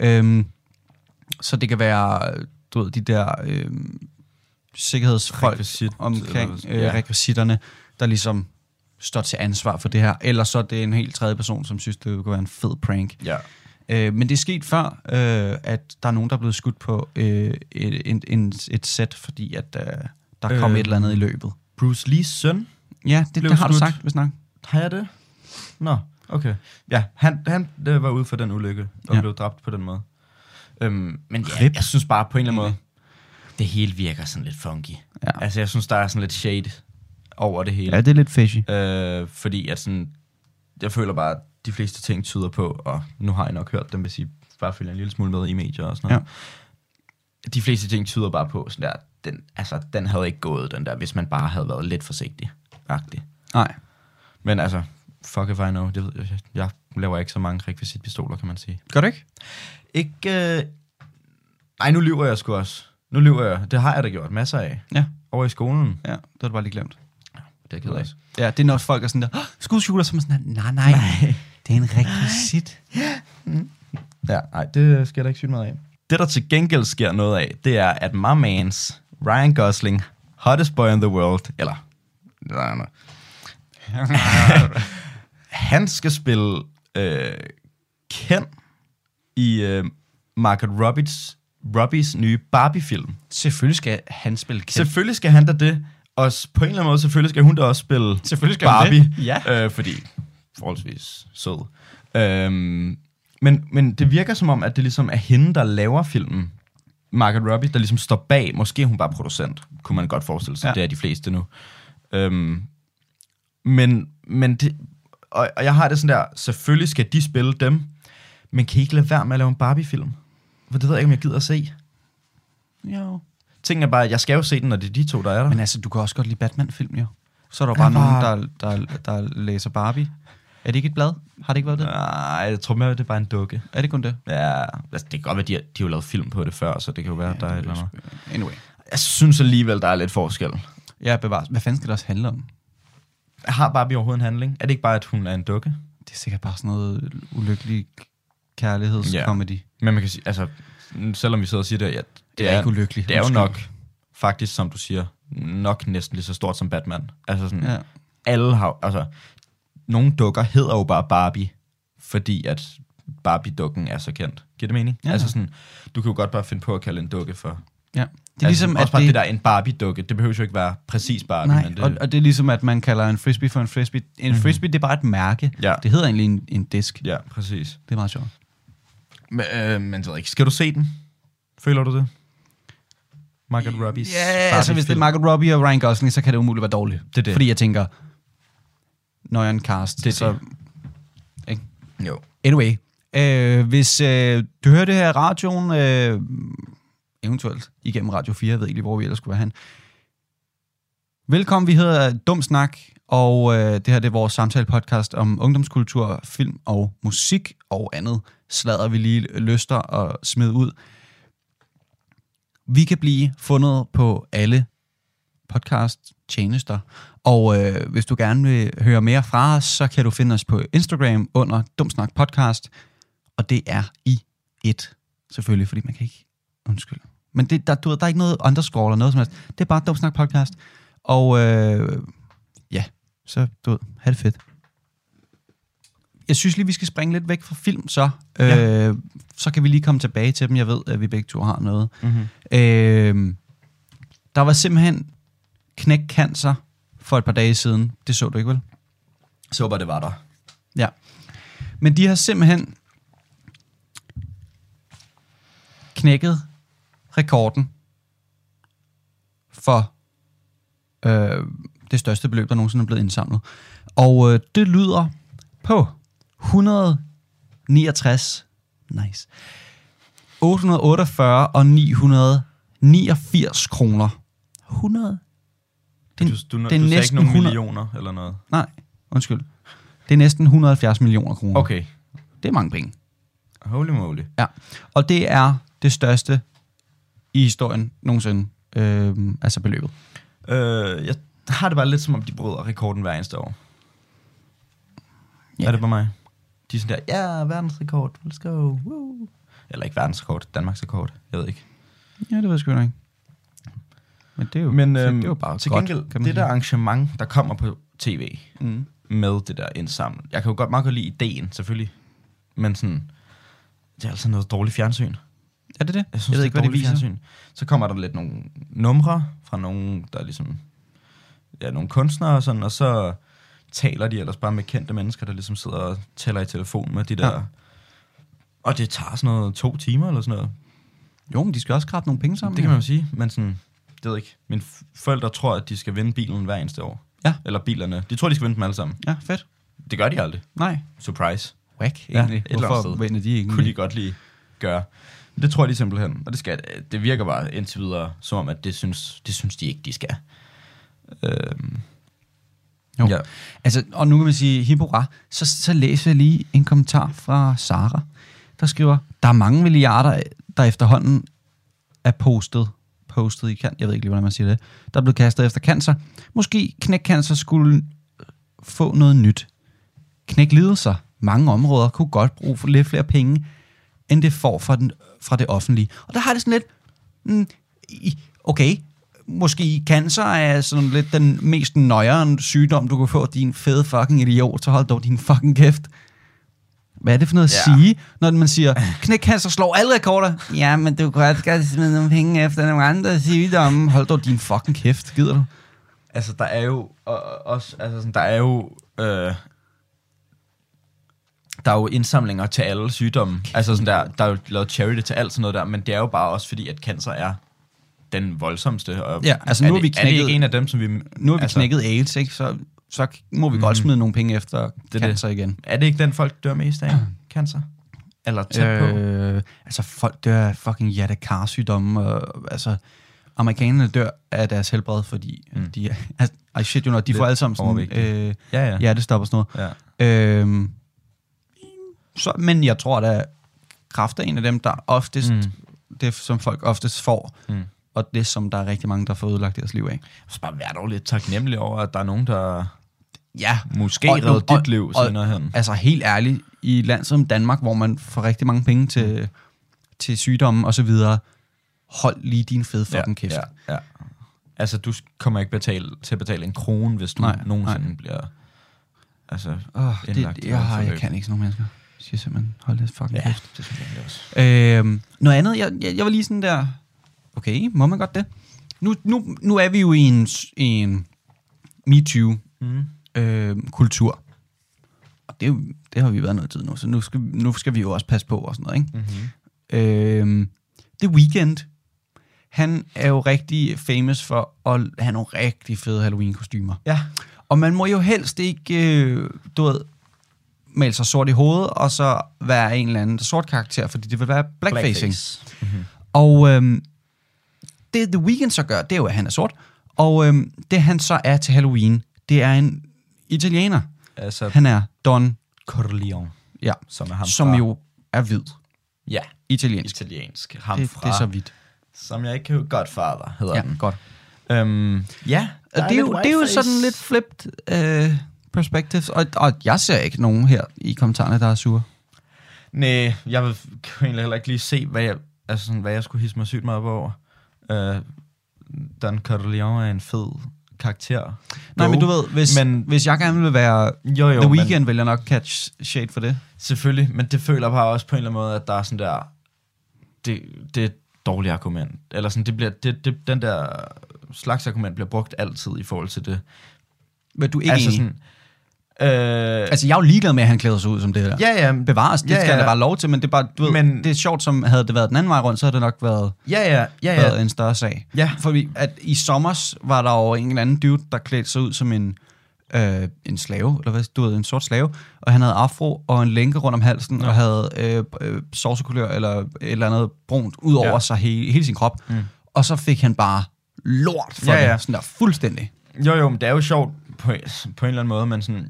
Så det kan være, du ved, de der sikkerhedsfolk omkring rekvisitterne, der ligesom står til ansvar for det her. Eller så er det en helt tredje person, som synes, det kunne være en fed prank. Ja. Men det er sket før, at der er nogen, der er blevet skudt på et sæt, fordi at der kom et eller andet i løbet. Bruce Lees søn? Ja, det har du sagt, hvis nok. Har jeg det? Nå, okay. Ja, han var ude for den ulykke, og blev dræbt på den måde. Men ja, jeg synes bare på en eller anden måde, det hele virker sådan lidt funky. Ja. Altså, jeg synes, der er sådan lidt shade over det hele. Ja, det er lidt fishy. Fordi at sådan, jeg føler bare, at de fleste ting tyder på, og nu har jeg nok hørt dem, hvis I bare følger en lille smule med i medier og sådan noget. Ja. De fleste ting tyder bare på, sådan der, den havde ikke gået, den der, hvis man bare havde været lidt forsigtig-agtig. Nej. Men altså, fuck if I know, det ved jeg laver ikke så mange rekvisitpistoler, kan man sige. Gør du ikke? Ikke, nej, nu lyver jeg sgu også. Nu lyver jeg. Det har jeg da gjort masser af. Ja. Over i skolen. Ja, det har du bare lige glemt. Ja, det er ked af. Ja, det er når folk er sådan der, skudskjuler, som er sådan der, nej, det er en rekvisit. Ja, nej, det skal der ikke sygt meget af. Det, der til gengæld sker noget af, det er, at my mans, Ryan Gosling, hottest boy in the world, eller, nej. Han skal spille Ken i Margot Robbies nye Barbie-film. Selvfølgelig skal han spille Ken. Selvfølgelig skal han da det. Og på en eller anden måde, selvfølgelig skal hun da også spille Barbie. Ja. Fordi forholdsvis sød. Men det virker som om, at det ligesom er hende, der laver filmen. Margot Robbie, der ligesom står bag. Måske er hun bare producent, kunne man godt forestille sig. Ja. Det er de fleste nu. Men det, og jeg har det sådan der, selvfølgelig skal de spille dem, men kan I ikke lade være med at lave en Barbie-film? For det ved jeg ikke, om jeg gider at se. Jo. Tingen er bare, at jeg skal jo se den, når det er de to, der er der. Men altså, du kan også godt lide Batman-film, jo. Så er der bare nogen, der læser Barbie. Er det ikke et blad? Har det ikke været det? Nej, jeg tror mere, det er bare en dukke. Er det kun det? Ja, altså, det kan godt være, de har jo lavet film på det før, så det kan jo være, der er et eller andet. Anyway. Jeg synes alligevel, der er lidt forskel. Ja, bevares. Hvad fanden skal det også handle om? Har Barbie overhovedet en handling? Er det ikke bare, at hun er en dukke? Det er sikkert bare sådan noget ulykkelig kærlighedskomedy. Ja. Men man kan sige, altså, selvom vi sidder og siger det, ja, det er ikke ulykkeligt. Det er jo nok, faktisk, som du siger, nok næsten lige så stort som Batman. Altså sådan, alle har, altså, nogle dukker hedder jo bare Barbie, fordi at Barbie-dukken er så kendt. Giver det mening? Ja. Altså sådan, du kan jo godt bare finde på at kalde en dukke for... Ja. Det er ligesom, også at bare det der en Barbie-dukke, det behøver jo ikke være præcis Barbie. Nej, men det... og det er ligesom, at man kalder en frisbee for en frisbee. En frisbee, det er bare et mærke. Ja. Det hedder egentlig en disk. Ja, præcis. Det er meget sjovt. Men så ikke. Skal du se den? Føler du det? Margot Robbies? Ja, altså hvis det er Margot Robbie og Ryan Gosling, så kan det umuligt være dårligt. Det er det. Fordi jeg tænker, når jeg er en cast, det så... Ikke? Jo. Anyway, hvis du hører det her i radioen, eventuelt igennem Radio 4, jeg ved ikke lige, hvor vi ellers skulle være hen. Velkommen, vi hedder Dum Snak, og det her det er vores samtale-podcast om ungdomskultur, film og musik og andet sladder, vi lige lyster og smid ud. Vi kan blive fundet på alle podcast-tjenester, og hvis du gerne vil høre mere fra os, så kan du finde os på Instagram under Dum Snak Podcast, og det er i et, selvfølgelig, fordi man kan ikke... Undskyld. Men der er ikke noget underscore eller noget som helst. Det er bare Dum Snak Podcast. Og ja, så have det fedt. Jeg synes lige, vi skal springe lidt væk fra film, så. Så kan vi lige komme tilbage til dem. Jeg ved, at vi begge to har noget. Der var simpelthen knækcancer for et par dage siden. Det så du ikke, vel? Så håber det var der. Ja. Men de har simpelthen knækket rekorden for Det største beløb, der nogensinde er blevet indsamlet. Og det lyder på 169, nice, 848 og 989 kroner. 100? Du sagde ikke nogen millioner eller noget? Nej, undskyld. Det er næsten 170 millioner kroner. Okay. Det er mange penge. Holy moly. Ja, og det er det største i historien nogensinde, altså beløbet. Jeg har det bare lidt som om, de bryder rekorden hver eneste år. Ja. Er det bare mig? De er sådan der, ja, verdensrekord, let's go. Woo. Eller ikke verdensrekord, Danmarks rekord, jeg ved ikke. Ja, det ved jeg sgu ikke. Men det er jo, det er jo bare til godt, gengæld, det der arrangement, der kommer på tv, med det der indsamlet. Jeg kan jo meget godt lide ideen, selvfølgelig. Men sådan, det er altså noget dårligt fjernsyn. Er det det? Jeg synes, ved ikke, hvad det viser. Fjernsyn. Så kommer der lidt nogle numre fra nogen, der er ligesom, ja, nogle kunstnere og sådan, og så taler de ellers bare med kendte mennesker, der ligesom sidder og tæller i telefon med de der. Ja. Og det tager sådan noget 2 timer eller sådan noget. Jo, men de skal også skrabe nogle penge sammen. Det kan man jo sige, men sådan, det ved ikke. Mine forældre tror, at de skal vinde bilen hver eneste år. Ja. Eller bilerne. De tror, de skal vinde dem alle sammen. Ja, fedt. Det gør de aldrig. Nej. Surprise. Whack, egentlig. Ja, hvorfor vinder de ikke? Kunne de godt lige gøre. Det tror de simpelthen. Og det virker bare indtil videre, som om, at det synes de ikke, de skal. Jo. Ja. Altså, og nu kan man sige, hip hurra, så læser jeg lige en kommentar fra Sara, der skriver, der er mange milliarder, der efterhånden er postet i cancer. Jeg ved ikke lige, hvordan man siger det. Der er blevet kastet efter cancer. Måske knækcancer skulle få noget nyt. Knæklidelser. Mange områder kunne godt bruge for lidt flere penge, end det får fra det offentlige. Og der har det sådan lidt, okay, måske cancer er sådan lidt den mest nøjeren sygdom, du kan få, din fede fucking idiot, så hold dog din fucking kæft. Hvad er det for noget at sige, når man siger, knækcancer slår alle rekorder? Ja, men du kan godt smide nogle penge efter nogle andre sygdomme. Hold dog din fucking kæft, gider du? Altså, der er jo også, altså sådan, der er jo indsamlinger til alle sygdomme. Altså sådan der er jo lavet charity til alt sådan noget der, men det er jo bare også fordi, at cancer er den voldsomste. Og ja, altså nu er vi knækket, er det ikke en af dem, som vi... Nu er vi knækket AIDS, ikke? Så må vi godt smide nogle penge efter cancer igen. Er det ikke den, folk dør mest af? Cancer? Eller tæt på? Altså, folk dør af fucking hjertekarsygdomme. Altså, amerikanerne dør af deres helbred, fordi de er... I shit you not, de får alle sammen sådan... hjertestop og sådan noget. Ja. Men jeg tror, at kræft er en af dem, der oftest... Det, som folk oftest får... Og det, som der er rigtig mange, der får ødelagt deres liv af. Så bare vær dog lidt taknemmelig over, at der er nogen, der måske redder dit liv senere hen. Altså helt ærligt, i et land som Danmark, hvor man får rigtig mange penge til sygdomme og så videre, hold lige din fede fucking kæft. Ja. Altså, du kommer ikke til at betale en krone, hvis du nogensinde bliver indlagt. Jeg kan ikke sådan nogle mennesker. Jeg siger simpelthen, hold det fucking kæft. Det synes jeg også. Noget andet, jeg var lige sådan der... Okay, må man godt det? Nu er vi jo i en MeToo-kultur. Og det har vi været noget tid nu, så nu skal vi jo også passe på og sådan noget, ikke? The Weeknd, han er jo rigtig famous for at have nogle rigtig fede Halloween-kostymer. Ja. Og man må jo helst ikke, male sig sort i hovedet, og så være en eller anden sort karakter, fordi det vil være blackfacing. Og... det The Weeknd så gør, det er jo, at han er sort. Og det han så er til Halloween, det er en italiener. Altså, han er Don Corleone. Ja, som jo er hvid. Ja, italiensk. Det er så vidt. Som jeg ikke kan Godfather hedder den. Godt. Ja, og det er jo sådan lidt flipped perspectives. Og jeg ser ikke nogen her i kommentarerne, der er sure. Nej, jeg vil egentlig heller ikke lige se, hvad jeg skulle hisse mig sygt meget over. Don Corleone er en fed karakter. Nej, men du ved, hvis jeg gerne vil være The Weeknd, vil jeg nok catch shade for det. Selvfølgelig, men det føler bare også på en eller anden måde, at der er sådan der... Det er et dårligt argument. Eller sådan, den der slags argument bliver brugt altid i forhold til det. Men du er ikke enig? Altså, jeg er jo ligeglad med, at han klæder sig ud som det der. Ja. Bevares, det skal han da bare lov til, men det er bare, du ved, det er sjovt, som havde det været den anden vej rundt, så havde det nok været, været en større sag. Ja. Fordi at i sommers var der jo en eller anden dude, der klædte sig ud som en slave, eller hvad, du ved, en sort slave, og han havde afro og en lænke rundt om halsen, og havde sovsekulør eller et eller andet brunt ud over sig hele sin krop. Og så fik han bare lort for det, sådan der fuldstændig. Jo, men det er jo sjovt på en eller anden måde, men sådan...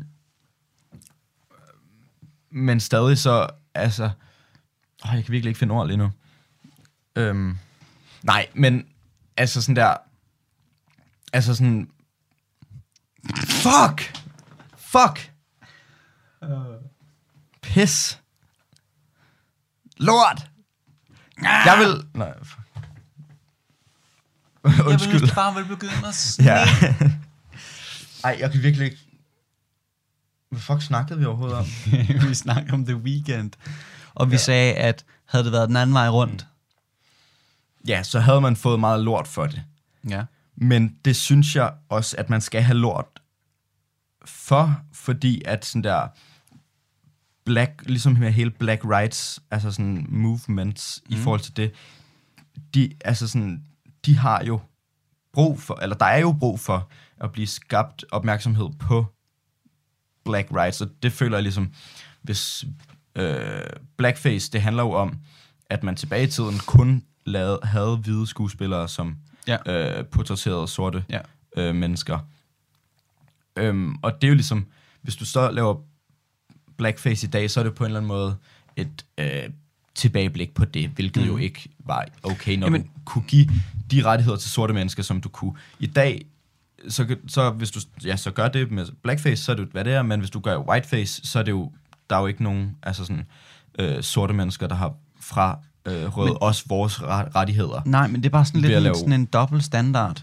Men stadig så, altså... jeg kan virkelig ikke finde ord lige nu. Nej, men altså sådan der... Altså sådan... Fuck! Pis! Lort! Jeg vil... Nej, undskyld. Jeg vil bare vil begynde at ja. Ej, jeg kan virkelig ikke... Hvad fuck snakkede vi overhovedet om? Vi snakkede om The Weeknd. Og vi sagde, at havde det været den anden vej rundt... Ja, så havde man fået meget lort for det. Ja. Men det synes jeg også, at man skal have lort for, fordi at sådan der... ligesom med hele Black Rights, altså sådan movements i forhold til det, de har jo brug for, eller der er jo brug for at blive skabt opmærksomhed på Black Rights, og det føler jeg ligesom, hvis blackface, det handler jo om, at man tilbage i tiden kun havde hvide skuespillere, som portrætterede sorte mennesker. Og det er jo ligesom, hvis du så laver blackface i dag, så er det på en eller anden måde et tilbageblik på det, hvilket jo ikke var okay, når du kunne give de rettigheder til sorte mennesker, som du kunne. I dag, så hvis du så gør det med blackface, så er det jo, hvad det er, men hvis du gør whiteface, så er det jo, der er jo ikke nogen altså sådan, sorte mennesker, der har røvet også vores rettigheder. Nej, men det er bare sådan lidt sådan en dobbelt standard.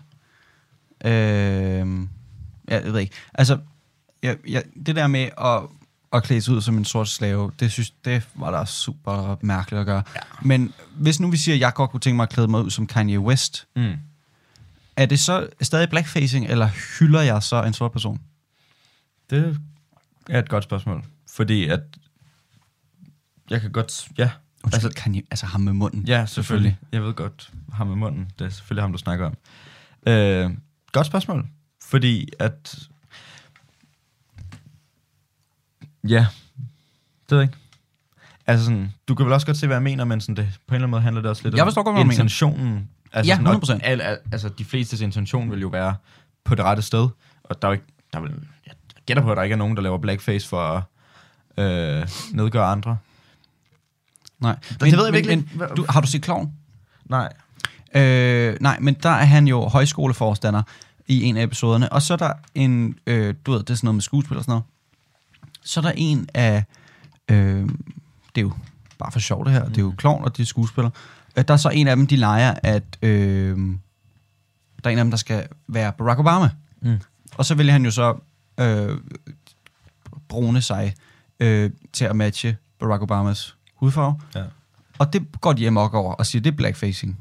Jeg ved ikke. Altså, det der med at klæde sig ud som en sort slave, det var da super mærkeligt at gøre. Ja. Men hvis nu vi siger, at jeg godt kunne tænke mig at klæde mig ud som Kanye West, er det så stadig blackfacing, eller hylder jeg så en sort person? Det er et godt spørgsmål. Fordi at jeg kan godt... Ja. Altså ham med munden. Ja, selvfølgelig. Jeg ved godt, ham med munden. Det er selvfølgelig ham, du snakker om. Godt spørgsmål. Fordi at... Ja, det ved jeg ikke. Altså sådan, du kan vel også godt se, hvad jeg mener, men sådan det, på en eller anden måde handler det også lidt om intentionen. Altså ja, 100%. Sådan, altså de flestes intention vil jo være på det rette sted, og jeg gætter på, at der ikke er nogen, der laver blackface for at nedgøre andre. Nej, men det ved jeg virkelig. Har du set Klovn? Nej. Nej, men der er han jo højskoleforstander i en af episoderne, og så er der en, du ved, det er sådan noget med skuespil og sådan noget. Så er der en af, det er jo bare for sjov det her, det er jo klovn, og det er skuespiller. Der er så en af dem, de leger, at der er en af dem, der skal være Barack Obama. Og så vil han jo så brune sig til at matche Barack Obamas hudfarve. Ja. Og det går de amok over og siger, det er blackfacing.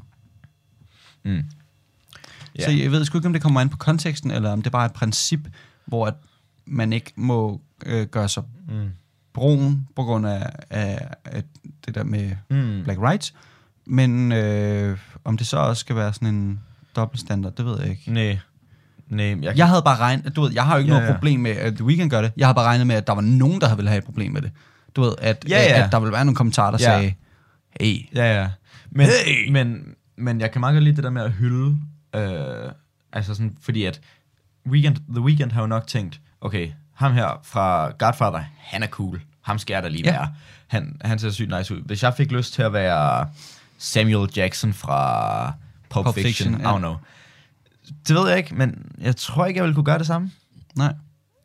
Så jeg ved sgu ikke, om det kommer an på konteksten, eller om det bare er et princip, hvor at man ikke må gøre sig brun på grund af det der med black rights. Men om det så også skal være sådan en dobbeltstandard, det ved jeg ikke. Nej. Jeg havde bare regnet, du ved, jeg har jo ikke noget problem med, at The Weeknd gør det. Jeg har bare regnet med, at der var nogen, der ville have et problem med det. Du ved, at der ville være nogle kommentarer, der sagde, hey. Ja. Men jeg kan meget godt lide det der med at hylde, altså sådan, fordi at The Weeknd har jo nok tænkt, okay, ham her fra Godfather, han er cool. Ham skal jeg da lige være. Han ser sygt nice ud. Hvis jeg fik lyst til at være Samuel Jackson fra Pulp Fiction, I don't know. Det ved jeg ikke, men jeg tror ikke, jeg ville kunne gøre det samme. Nej.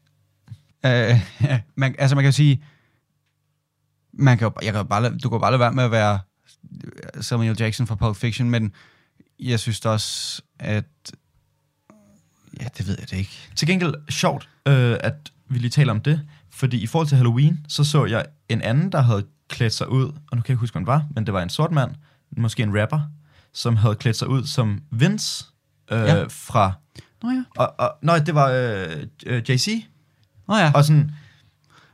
Man kan jo sige, du kan bare lade være med at være Samuel Jackson fra Pulp Fiction, men jeg synes også, at det ved jeg det ikke. Til gengæld sjovt, at vi lige taler om det, fordi i forhold til Halloween, så jeg en anden, der havde klædt sig ud, og nu kan jeg ikke huske, hvad han var, men det var en sort mand, måske en rapper, som havde klædt sig ud som Vince fra... Nå ja. Og det var Jay-Z. Nå ja. Og sådan,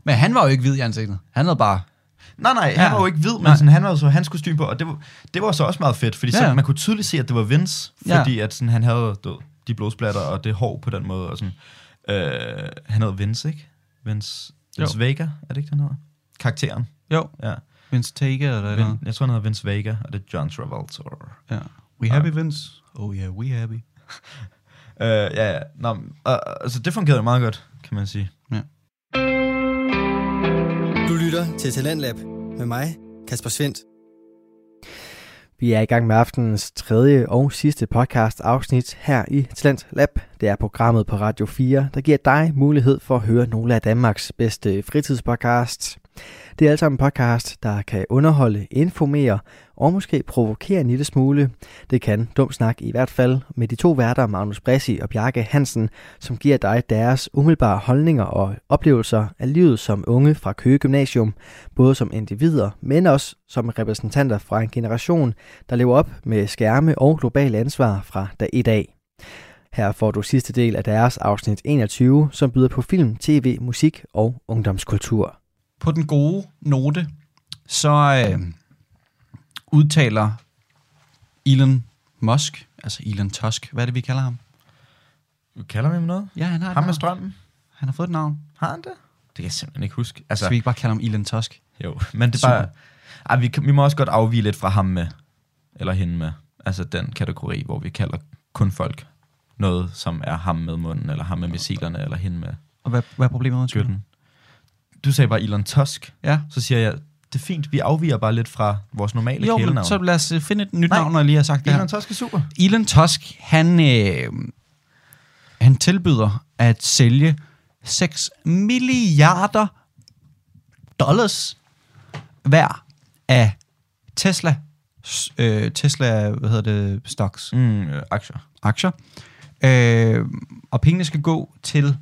Men han var jo ikke hvid i ansigtet. Han havde bare... Nej, han var jo ikke hvid, men sådan, han var jo så hans kostume på, og det var så også meget fedt, fordi så, man kunne tydeligt se, at det var Vince, fordi at sådan, han havde de blodsplatter og det hår på den måde, og sådan. Han hed Vince, ikke? Vince Vega, er det ikke, den hedder? Karakteren. Jo. Ja. Vince Vega, eller noget. Jeg tror, han hedder Vince Vega, og det er John Travolta. Ja. We happy, Vince? Oh yeah, we happy. Ja. Nå, altså, det fungerede meget godt, kan man sige. Ja. Du lytter til Talentlab med mig, Kasper Svendt. Vi er i gang med aftenens tredje og sidste podcast afsnit her i Talentlab. Det er programmet på Radio 4, der giver dig mulighed for at høre nogle af Danmarks bedste fritidspodcasts. Det er altså en podcast, der kan underholde, informere og måske provokere en lille smule. Det kan Dum Snak i hvert fald med de to værter, Magnus Bressi og Bjarke Hansen, som giver dig deres umiddelbare holdninger og oplevelser af livet som unge fra Køge Gymnasium, både som individer, men også som repræsentanter fra en generation, der lever op med skærme og globale ansvar fra dag i dag. Her får du sidste del af deres afsnit 21, som byder på film, tv, musik og ungdomskultur. På den gode note, så udtaler Elon Musk, altså Elon Tusk, hvad er det, vi kalder ham? Du kalder ham noget? Ja, han har et ham navn. med strømmen? Han har fået et navn. Har han det? Det kan jeg simpelthen ikke huske. Altså, Så vi ikke bare kalder ham Elon Tusk? Jo, men det er bare... vi må også godt afvige lidt fra ham med, eller hende med. Altså den kategori, hvor vi kalder kun folk noget, som er ham med munden, eller ham med missilerne, eller hende med... Og hvad er problemet med skytten? Du sagde bare Elon Tusk. Ja. Så siger jeg, det er fint, vi afviger bare lidt fra vores normale kælenavn. Jo, men så lad os finde et nyt navn, når jeg lige har sagt det her. Elon Tusk er super. Elon Tusk, han tilbyder at sælge 6 milliarder dollars hver af Tesla, stocks. Aktier. Og pengene skal gå til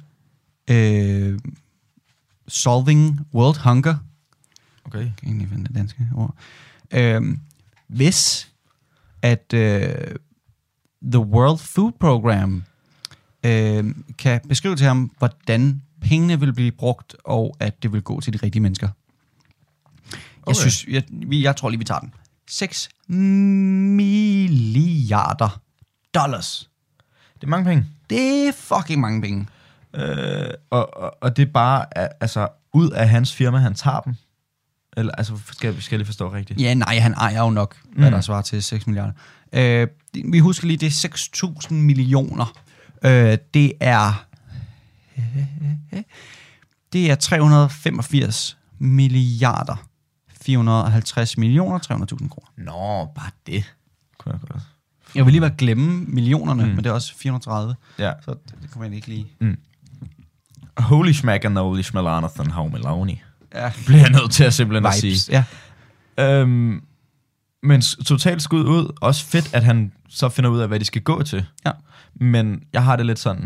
solving world hunger. Okay. Jeg kan egentlig finde det danske ord. Hvis at The World Food Program kan beskrive til ham, hvordan pengene vil blive brugt, og at det vil gå til de rigtige mennesker. Okay. Jeg tror lige, vi tager den. 6 milliarder dollars. Det er mange penge. Det er fucking mange penge. Og det er bare, altså, ud af hans firma, han tager dem. Eller, altså, skal jeg lige forstå rigtigt? Ja, nej, han ejer jo nok, hvad der svarer til 6 milliarder. Vi husker lige, det er 6.000 millioner. Det er 385 milliarder 450 millioner 300.000 kroner. Nå, bare det. Kunne jeg godt. Jeg vil lige være glemme millionerne, men det er også 430. Ja. Så det kommer jeg ikke lige. Holy smack and holy schmalanathan haumeloni. Ja. Bliver jeg nødt til at simpelthen at sige. Ja. Men totalt skud ud. Også fedt, at han så finder ud af, hvad de skal gå til. Ja. Men jeg har det lidt sådan...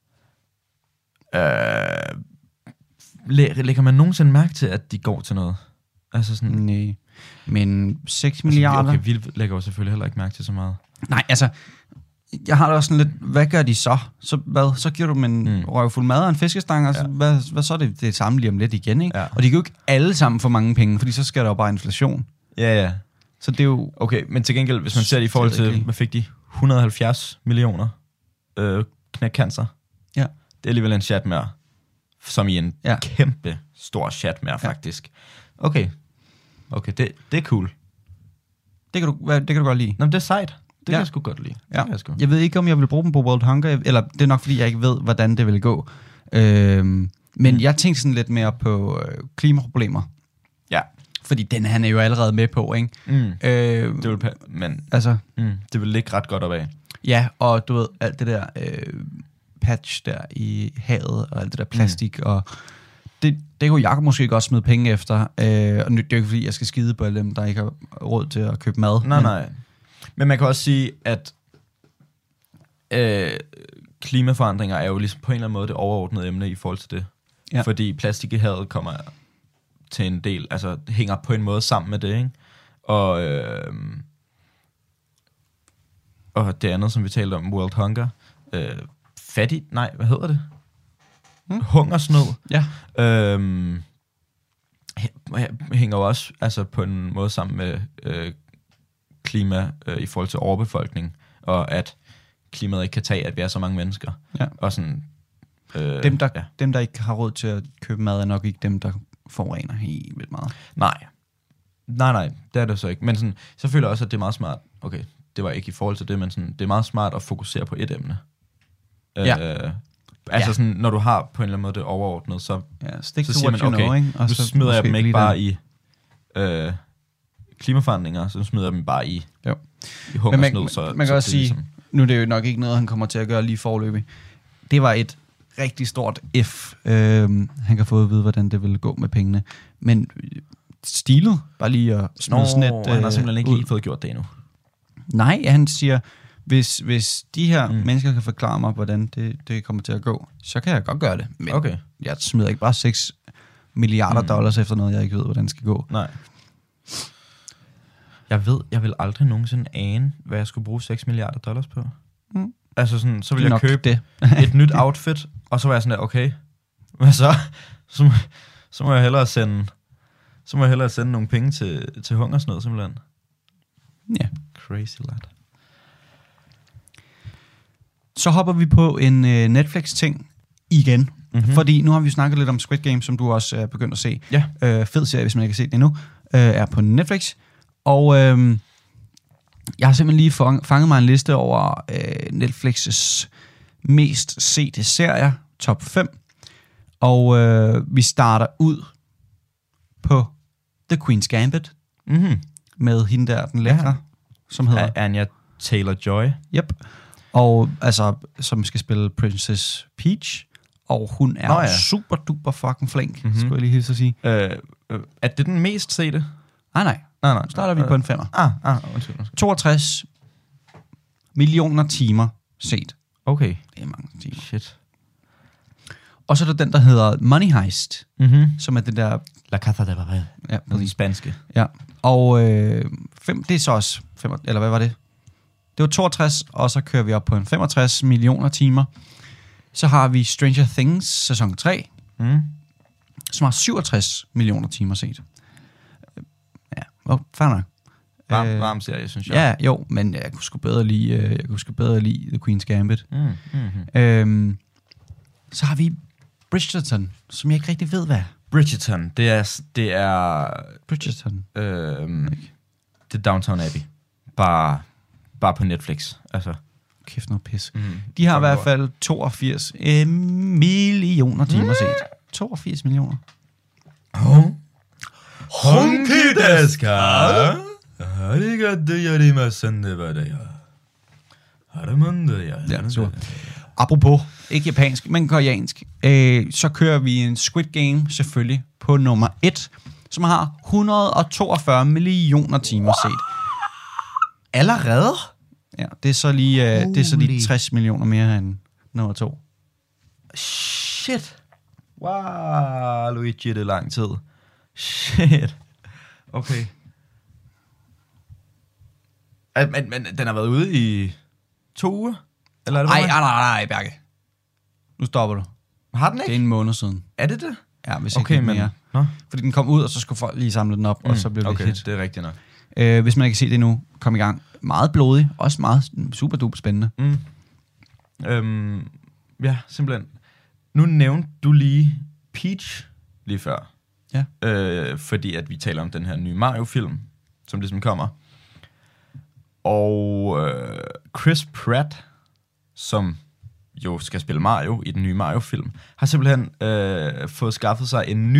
lægger man nogensinde mærke til, at de går til noget? Altså sådan... Nej. Men 6 milliarder... Okay, vi lægger jo selvfølgelig heller ikke mærke til så meget. Nej, altså... Jeg har da også sådan lidt... Hvad gør de så? Så giver du dem en røvfuld mad og en fiskestang, og så, hvad så er det samme lige om lidt igen, ikke? Ja. Og de kan jo ikke alle sammen få mange penge, fordi så skal der jo bare inflation. Ja. Så det er jo... Okay, men til gengæld, hvis man ser det i forhold til, hvad fik de? 170 millioner knækcancer. Ja. Det er alligevel en chatmær, som i en kæmpe stor chatmær, faktisk. Okay, det er cool. Det kan du godt lide. Nå, men det er sejt. Det kan jeg sgu godt lide. Ja. Jeg ved ikke, om jeg vil bruge dem på World Hunger, eller det er nok, fordi jeg ikke ved, hvordan det vil gå. Men jeg tænker sådan lidt mere på klimaproblemer. Ja. Fordi den han er jo allerede med på, ikke? Det vil, men altså, det vil ligge ret godt opad. Ja, og du ved, alt det der patch der i havet, og alt det der plastik, og det kunne Jakob måske godt smide penge efter. Og det er jo ikke, fordi jeg skal skide på alle dem, der ikke har råd til at købe mad. Nej. Men man kan også sige, at klimaforandringer er jo ligesom på en eller anden måde det overordnede emne i forhold til det. Ja. Fordi plastik i havet kommer til en del, altså hænger på en måde sammen med det, ikke? Og det andet, som vi talte om, World Hunger, hvad hedder det? Hungersnød. Ja. hænger jo også altså på en måde sammen med klima i forhold til overbefolkning, og at klimaet ikke kan tage, at vi er så mange mennesker. Ja. Og sådan, Dem, der ikke har råd til at købe mad, er nok ikke dem, der forurener helt vildt meget. Nej, det er det så ikke. Men sådan, så føler jeg også, at det er meget smart. Okay, det var ikke i forhold til det, men sådan, det er meget smart at fokusere på et emne. Altså sådan, når du har på en eller anden måde det overordnet, så siger man, okay, nu smider jeg dem ikke bare i klimaforandringer, så smider jeg dem bare i hungersnød. Man kan også sige, ligesom, nu er det jo nok ikke noget, han kommer til at gøre lige forløbig. Det var et rigtig stort F. Han kan få at vide, hvordan det ville gå med pengene. Men stilet, bare lige at smide sådan et... han har simpelthen ikke lige fået gjort det endnu. Nej, han siger, hvis de her mennesker kan forklare mig, hvordan det kommer til at gå, så kan jeg godt gøre det. Men jeg smider ikke bare 6 milliarder dollars efter noget, jeg ikke ved, hvordan det skal gå. Nej. Jeg vil aldrig nogensinde ane, hvad jeg skulle bruge 6 milliarder dollars på. Altså sådan, så vil jeg købe et nyt outfit, og så var jeg sådan der, okay, hvad så? Så må jeg hellere sende nogle penge til hungersnød, simpelthen. Ja. Crazy lad. Så hopper vi på en Netflix-ting igen. Fordi nu har vi snakket lidt om Squid Game, som du også er begyndt at se. Ja. Fed serie, hvis man ikke har set det endnu. Er på Netflix. Og jeg har simpelthen lige fanget mig en liste over Netflix's mest sete serier. Top 5. Og vi starter ud på The Queen's Gambit. Med hende der, den lækre, som hedder Anya Taylor-Joy. Yep. Og altså, som skal spille Princess Peach. Og hun er super duper fucking flink, skulle jeg lige hilse at sige. Er det den mest sete? Nej. Nu starter vi på en 5'er. Undskyld. 62 millioner timer set. Okay. Det er mange timer. Shit. Og så er der den, der hedder Money Heist, som er det der... La Casa de Papel. Ja, den spanske. Ja. Og 5, det er så også... 5, eller hvad var det? Det var 62, og så kører vi op på en 65 millioner timer. Så har vi Stranger Things sæson 3, som har 67 millioner timer set. Ja, fair nok. Varm serie, synes jeg. Ja, jo, men jeg kunne sgu bedre lide The Queen's Gambit. Så har vi Bridgerton, som jeg ikke rigtig ved, hvad er. Bridgerton, det er Bridgerton. Det er Downton Abbey. Bare på Netflix, altså. Kæft noget pis. De har i hvert fald 82 millioner timer set. 82 millioner. Honky deska. Arigato yarimasen det var det ja. Haramanda ja. Apropos, ikke japansk, men koreansk, så kører vi en Squid Game selvfølgelig på nummer 1, som har 142 millioner timer set. Allerede? Ja, det er så lige 60 millioner mere end nummer 2. Shit. Wow, Luigi, det er lang tid. Shit. Okay. Men den har været ude i 2 uger? Eller er det nej, Bjarke. Nu stopper du. Har den ikke? Det er en måned siden. Er det det? Ja, hvis ikke mere. Fordi den kom ud, og så skulle folk lige samle den op, og så blev det hit. Det er rigtigt nok. Hvis man ikke kan se det nu, kom i gang. Meget blodig, også meget super duper spændende. Ja, simpelthen. Nu nævnte du lige Peach lige før. Ja. Fordi at vi taler om den her nye Mario-film, som ligesom kommer. Og Chris Pratt, som jo skal spille Mario i den nye Mario-film, har simpelthen fået skaffet sig en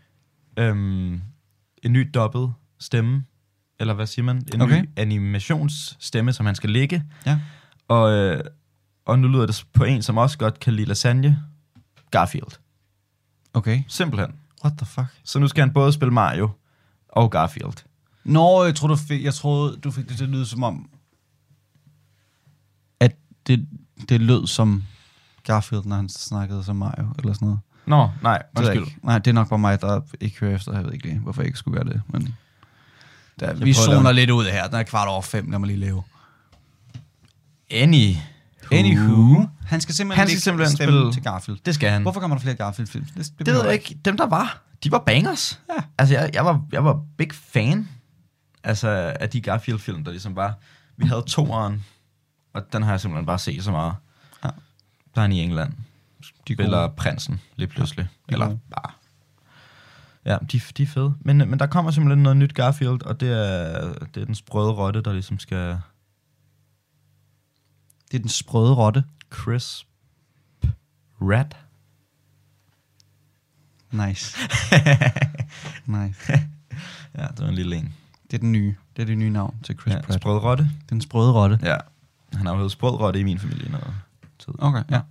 ny dobbelt stemme. Eller hvad siger man? En ny animationsstemme, som han skal lægge. Ja. Og nu lyder det på en, som også godt kan lide lasagne. Garfield. Okay. Simpelthen. What the fuck? Så nu skal han både spille Mario og Garfield. Nå, jeg troede, du fik det til at lyde som om, at det lød som Garfield, når han snakkede som Mario, eller sådan noget. Nå, nej, undskyld. Nej, det er nok bare mig, der ikke hører efter. Jeg ved ikke lige, hvorfor jeg ikke skulle gøre det. Men vi zoner lidt ud her. Den er 5:15, lad mig lige leve. Anywho. Han skal simpelthen spille til Garfield. Det skal han. Hvorfor kommer der flere Garfield-film? Det ved jeg ikke. Dem, der var, de var bangers. Ja. Altså, jeg var big fan af de Garfield-film, der ligesom var. Vi havde 2'eren, og den har jeg simpelthen bare set så meget. Ja. Der er han i England. De spiller prinsen lige pludselig. Ja, eller bare... Ja, de er fede. Men der kommer simpelthen noget nyt Garfield, og det er den sprøde rotte, der ligesom skal... Det er den sprøde rotte. Crisp Rat. Nice. Nice. Ja, det var en lille en. Det er den nye. Det er det nye navn til Chris Pratt. Sprøde rotte. Den sprøde rotte. Ja. Han har jo heddet sprød rotte i min familie noget tid. Okay, ja.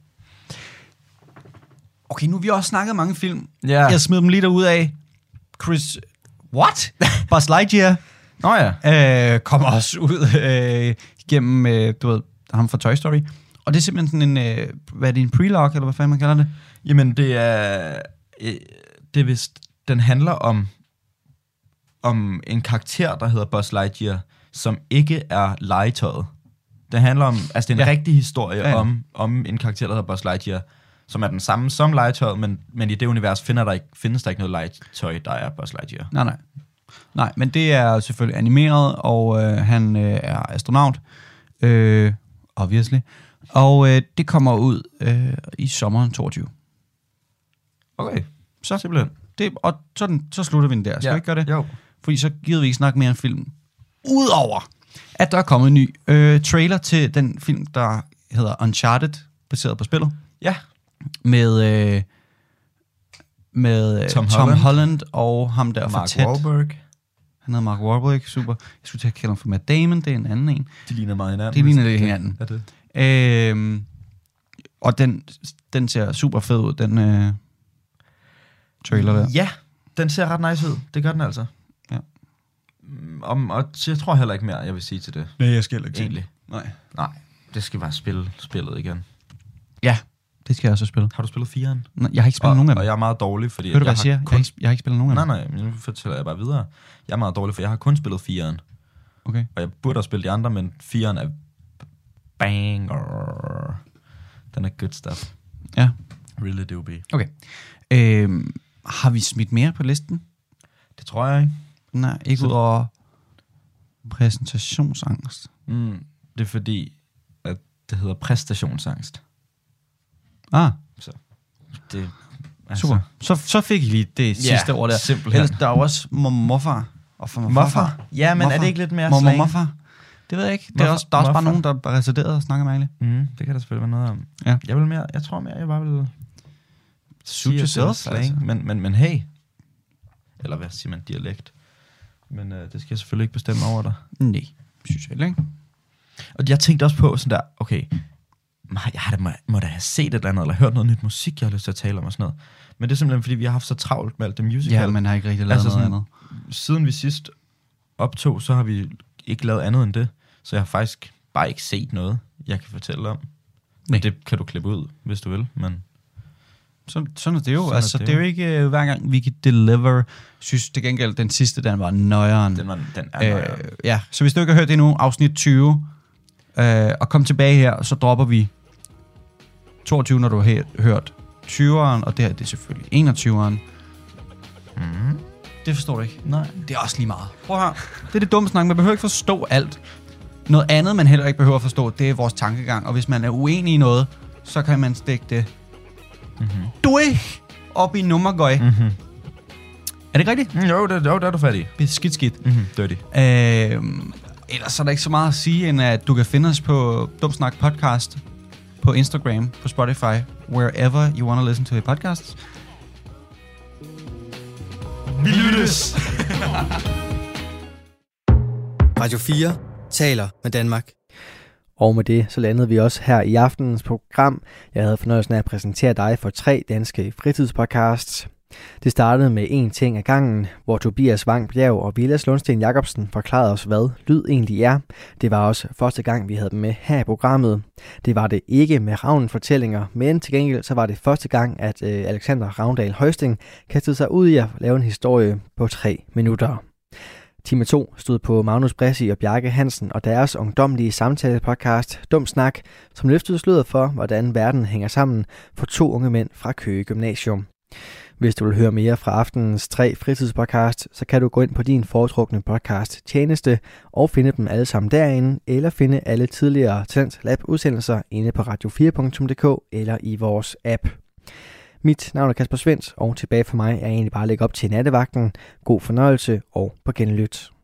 Okay, nu har vi også snakket mange film. Ja. Jeg smed dem lige derud af. Chris... What? Buzz Lightyear. Nå ja. Kommer også ud igennem, du ved, ham fra Toy Story. Og det er simpelthen sådan en, hvad er det, en prelog, eller hvad fanden man kalder det? Jamen, det er vist, den handler om en karakter, der hedder Buzz Lightyear, som ikke er legetøjet. Det handler om, altså det er en rigtig historie om en karakter, der hedder Buzz Lightyear, som er den samme som legetøjet, men i det univers findes der ikke noget legetøj, der er Buzz Lightyear. Nej, men det er selvfølgelig animeret, og han er astronaut, obviously. Og det kommer ud i sommeren 22. Okay, så simpelthen. Og så slutter vi den der. Skal vi ikke gøre det? Jo. Fordi så gider vi ikke snakke mere om filmen. Udover, at der er kommet en ny trailer til den film, der hedder Uncharted, baseret på spillet. Ja. Med Tom Holland og ham der Mark Ted. Wahlberg. Han hedder Mark Wahlberg, super. Jeg skulle til at kalde ham for Matt Damon, det er en anden en. De ligner meget hinanden. De ligner lidt hinanden. Er det? Og den ser super fed ud, den trailer der. Ja, den ser ret nice ud. Det gør den altså. Ja. Og jeg tror heller ikke mere, jeg vil sige til det. Nej, jeg skal heller ikke egentlig. Nej, det skal bare spille spillet igen. Ja, det skal jeg også spille. Har du spillet 4'eren? Nej, jeg har ikke spillet nogen af dem. Og jeg er meget dårlig, fordi... Hør du, hvad jeg siger? Jeg har ikke spillet nogen af dem. Nej, nu fortæller jeg bare videre. Jeg er meget dårlig, for jeg har kun spillet 4'eren. Okay. Og jeg burde have spillet de andre, men 4'eren er banger. Den er good stuff. Ja. Really do be. Okay. Har vi smidt mere på listen? Det tror jeg ikke. Nej, ikke ud over præsentationsangst. Det er fordi, at det hedder præstationsangst. Så det... Altså. Super. Så fik I lige det sidste ord der. Simpelthen. Ellers der er jo også morfar. Morfar? Ja, men er det ikke lidt mere slang? Morfar? Det ved jeg ikke. Der er også bare nogen, der er resideret og snakker mærkeligt. Det kan der selvfølgelig være noget om. Ja. Jeg tror mere, jeg bare vil... Suit yourself, altså. Men hey. Eller hvad siger man? Dialekt. Men det skal jeg selvfølgelig ikke bestemme over dig. Nej, synes jeg ikke. Og jeg tænkte også på sådan der, okay, jeg må da have set et eller andet, eller hørt noget nyt musik, jeg har lyst til at tale om og sådan noget. Men det er simpelthen, fordi vi har haft så travlt med alt det musical. Ja, man har ikke rigtig lavet noget andet. Siden vi sidst optog, så har vi ikke lavet andet end det. Så jeg har faktisk bare ikke set noget, jeg kan fortælle om. Men det kan du klippe ud, hvis du vil, men... Sådan er det jo. Altså, det er jo ikke hver gang, vi kan deliver. Synes til gengæld, den sidste, den var nøjeren. Den er nøjeren. Ja, så hvis du ikke har hørt det endnu, afsnit 20, og kom tilbage her, så dropper vi 22, når du har hørt 20'eren, og det her, det er selvfølgelig 21'eren. Det forstår du ikke. Nej. Det er også lige meget. Prøv at høre. Det er det dumme snak. Man behøver ikke forstå alt. Noget andet, man heller ikke behøver at forstå, det er vores tankegang. Og hvis man er uenig i noget, så kan man stikke det op i nummergøj. Er det ikke rigtigt? Jo, der er du fattig. Skidt. Dirty. Ellers er der ikke så meget at sige, end at du kan finde os på Dumsnak Podcast, på Instagram, på Spotify, wherever you want to listen to a podcast. Vi lyttes! Radio 4 taler med Danmark. Og med det, så landede vi også her i aftenens program. Jeg havde fornøjelsen af at præsentere dig for 3 danske fritidspodcasts. Det startede med En ting ad gangen, hvor Tobias Wang Bjerg og Vilas Lundsten Jacobsen forklarede os, hvad lyd egentlig er. Det var også første gang, vi havde dem med her i programmet. Det var det ikke med Ravnen-fortællinger, men til gengæld så var det første gang, at Alexander Ravndal Højsting kastede sig ud i at lave en historie på 3 minutter. Time 2 stod på Magnus Bressi og Bjarke Hansen og deres ungdomlige samtalepodcast Dum Snak, som løftede sløret for, hvordan verden hænger sammen for 2 unge mænd fra Køge Gymnasium. Hvis du vil høre mere fra aftenens 3 fritidspodcast, så kan du gå ind på din foretrukne podcast tjeneste og finde dem alle sammen derinde, eller finde alle tidligere Talent Lab udsendelser inde på radio4.dk eller i vores app. Mit navn er Kasper Svendt, og tilbage for mig er egentlig bare at lægge op til nattevagten. God fornøjelse og på genlyt.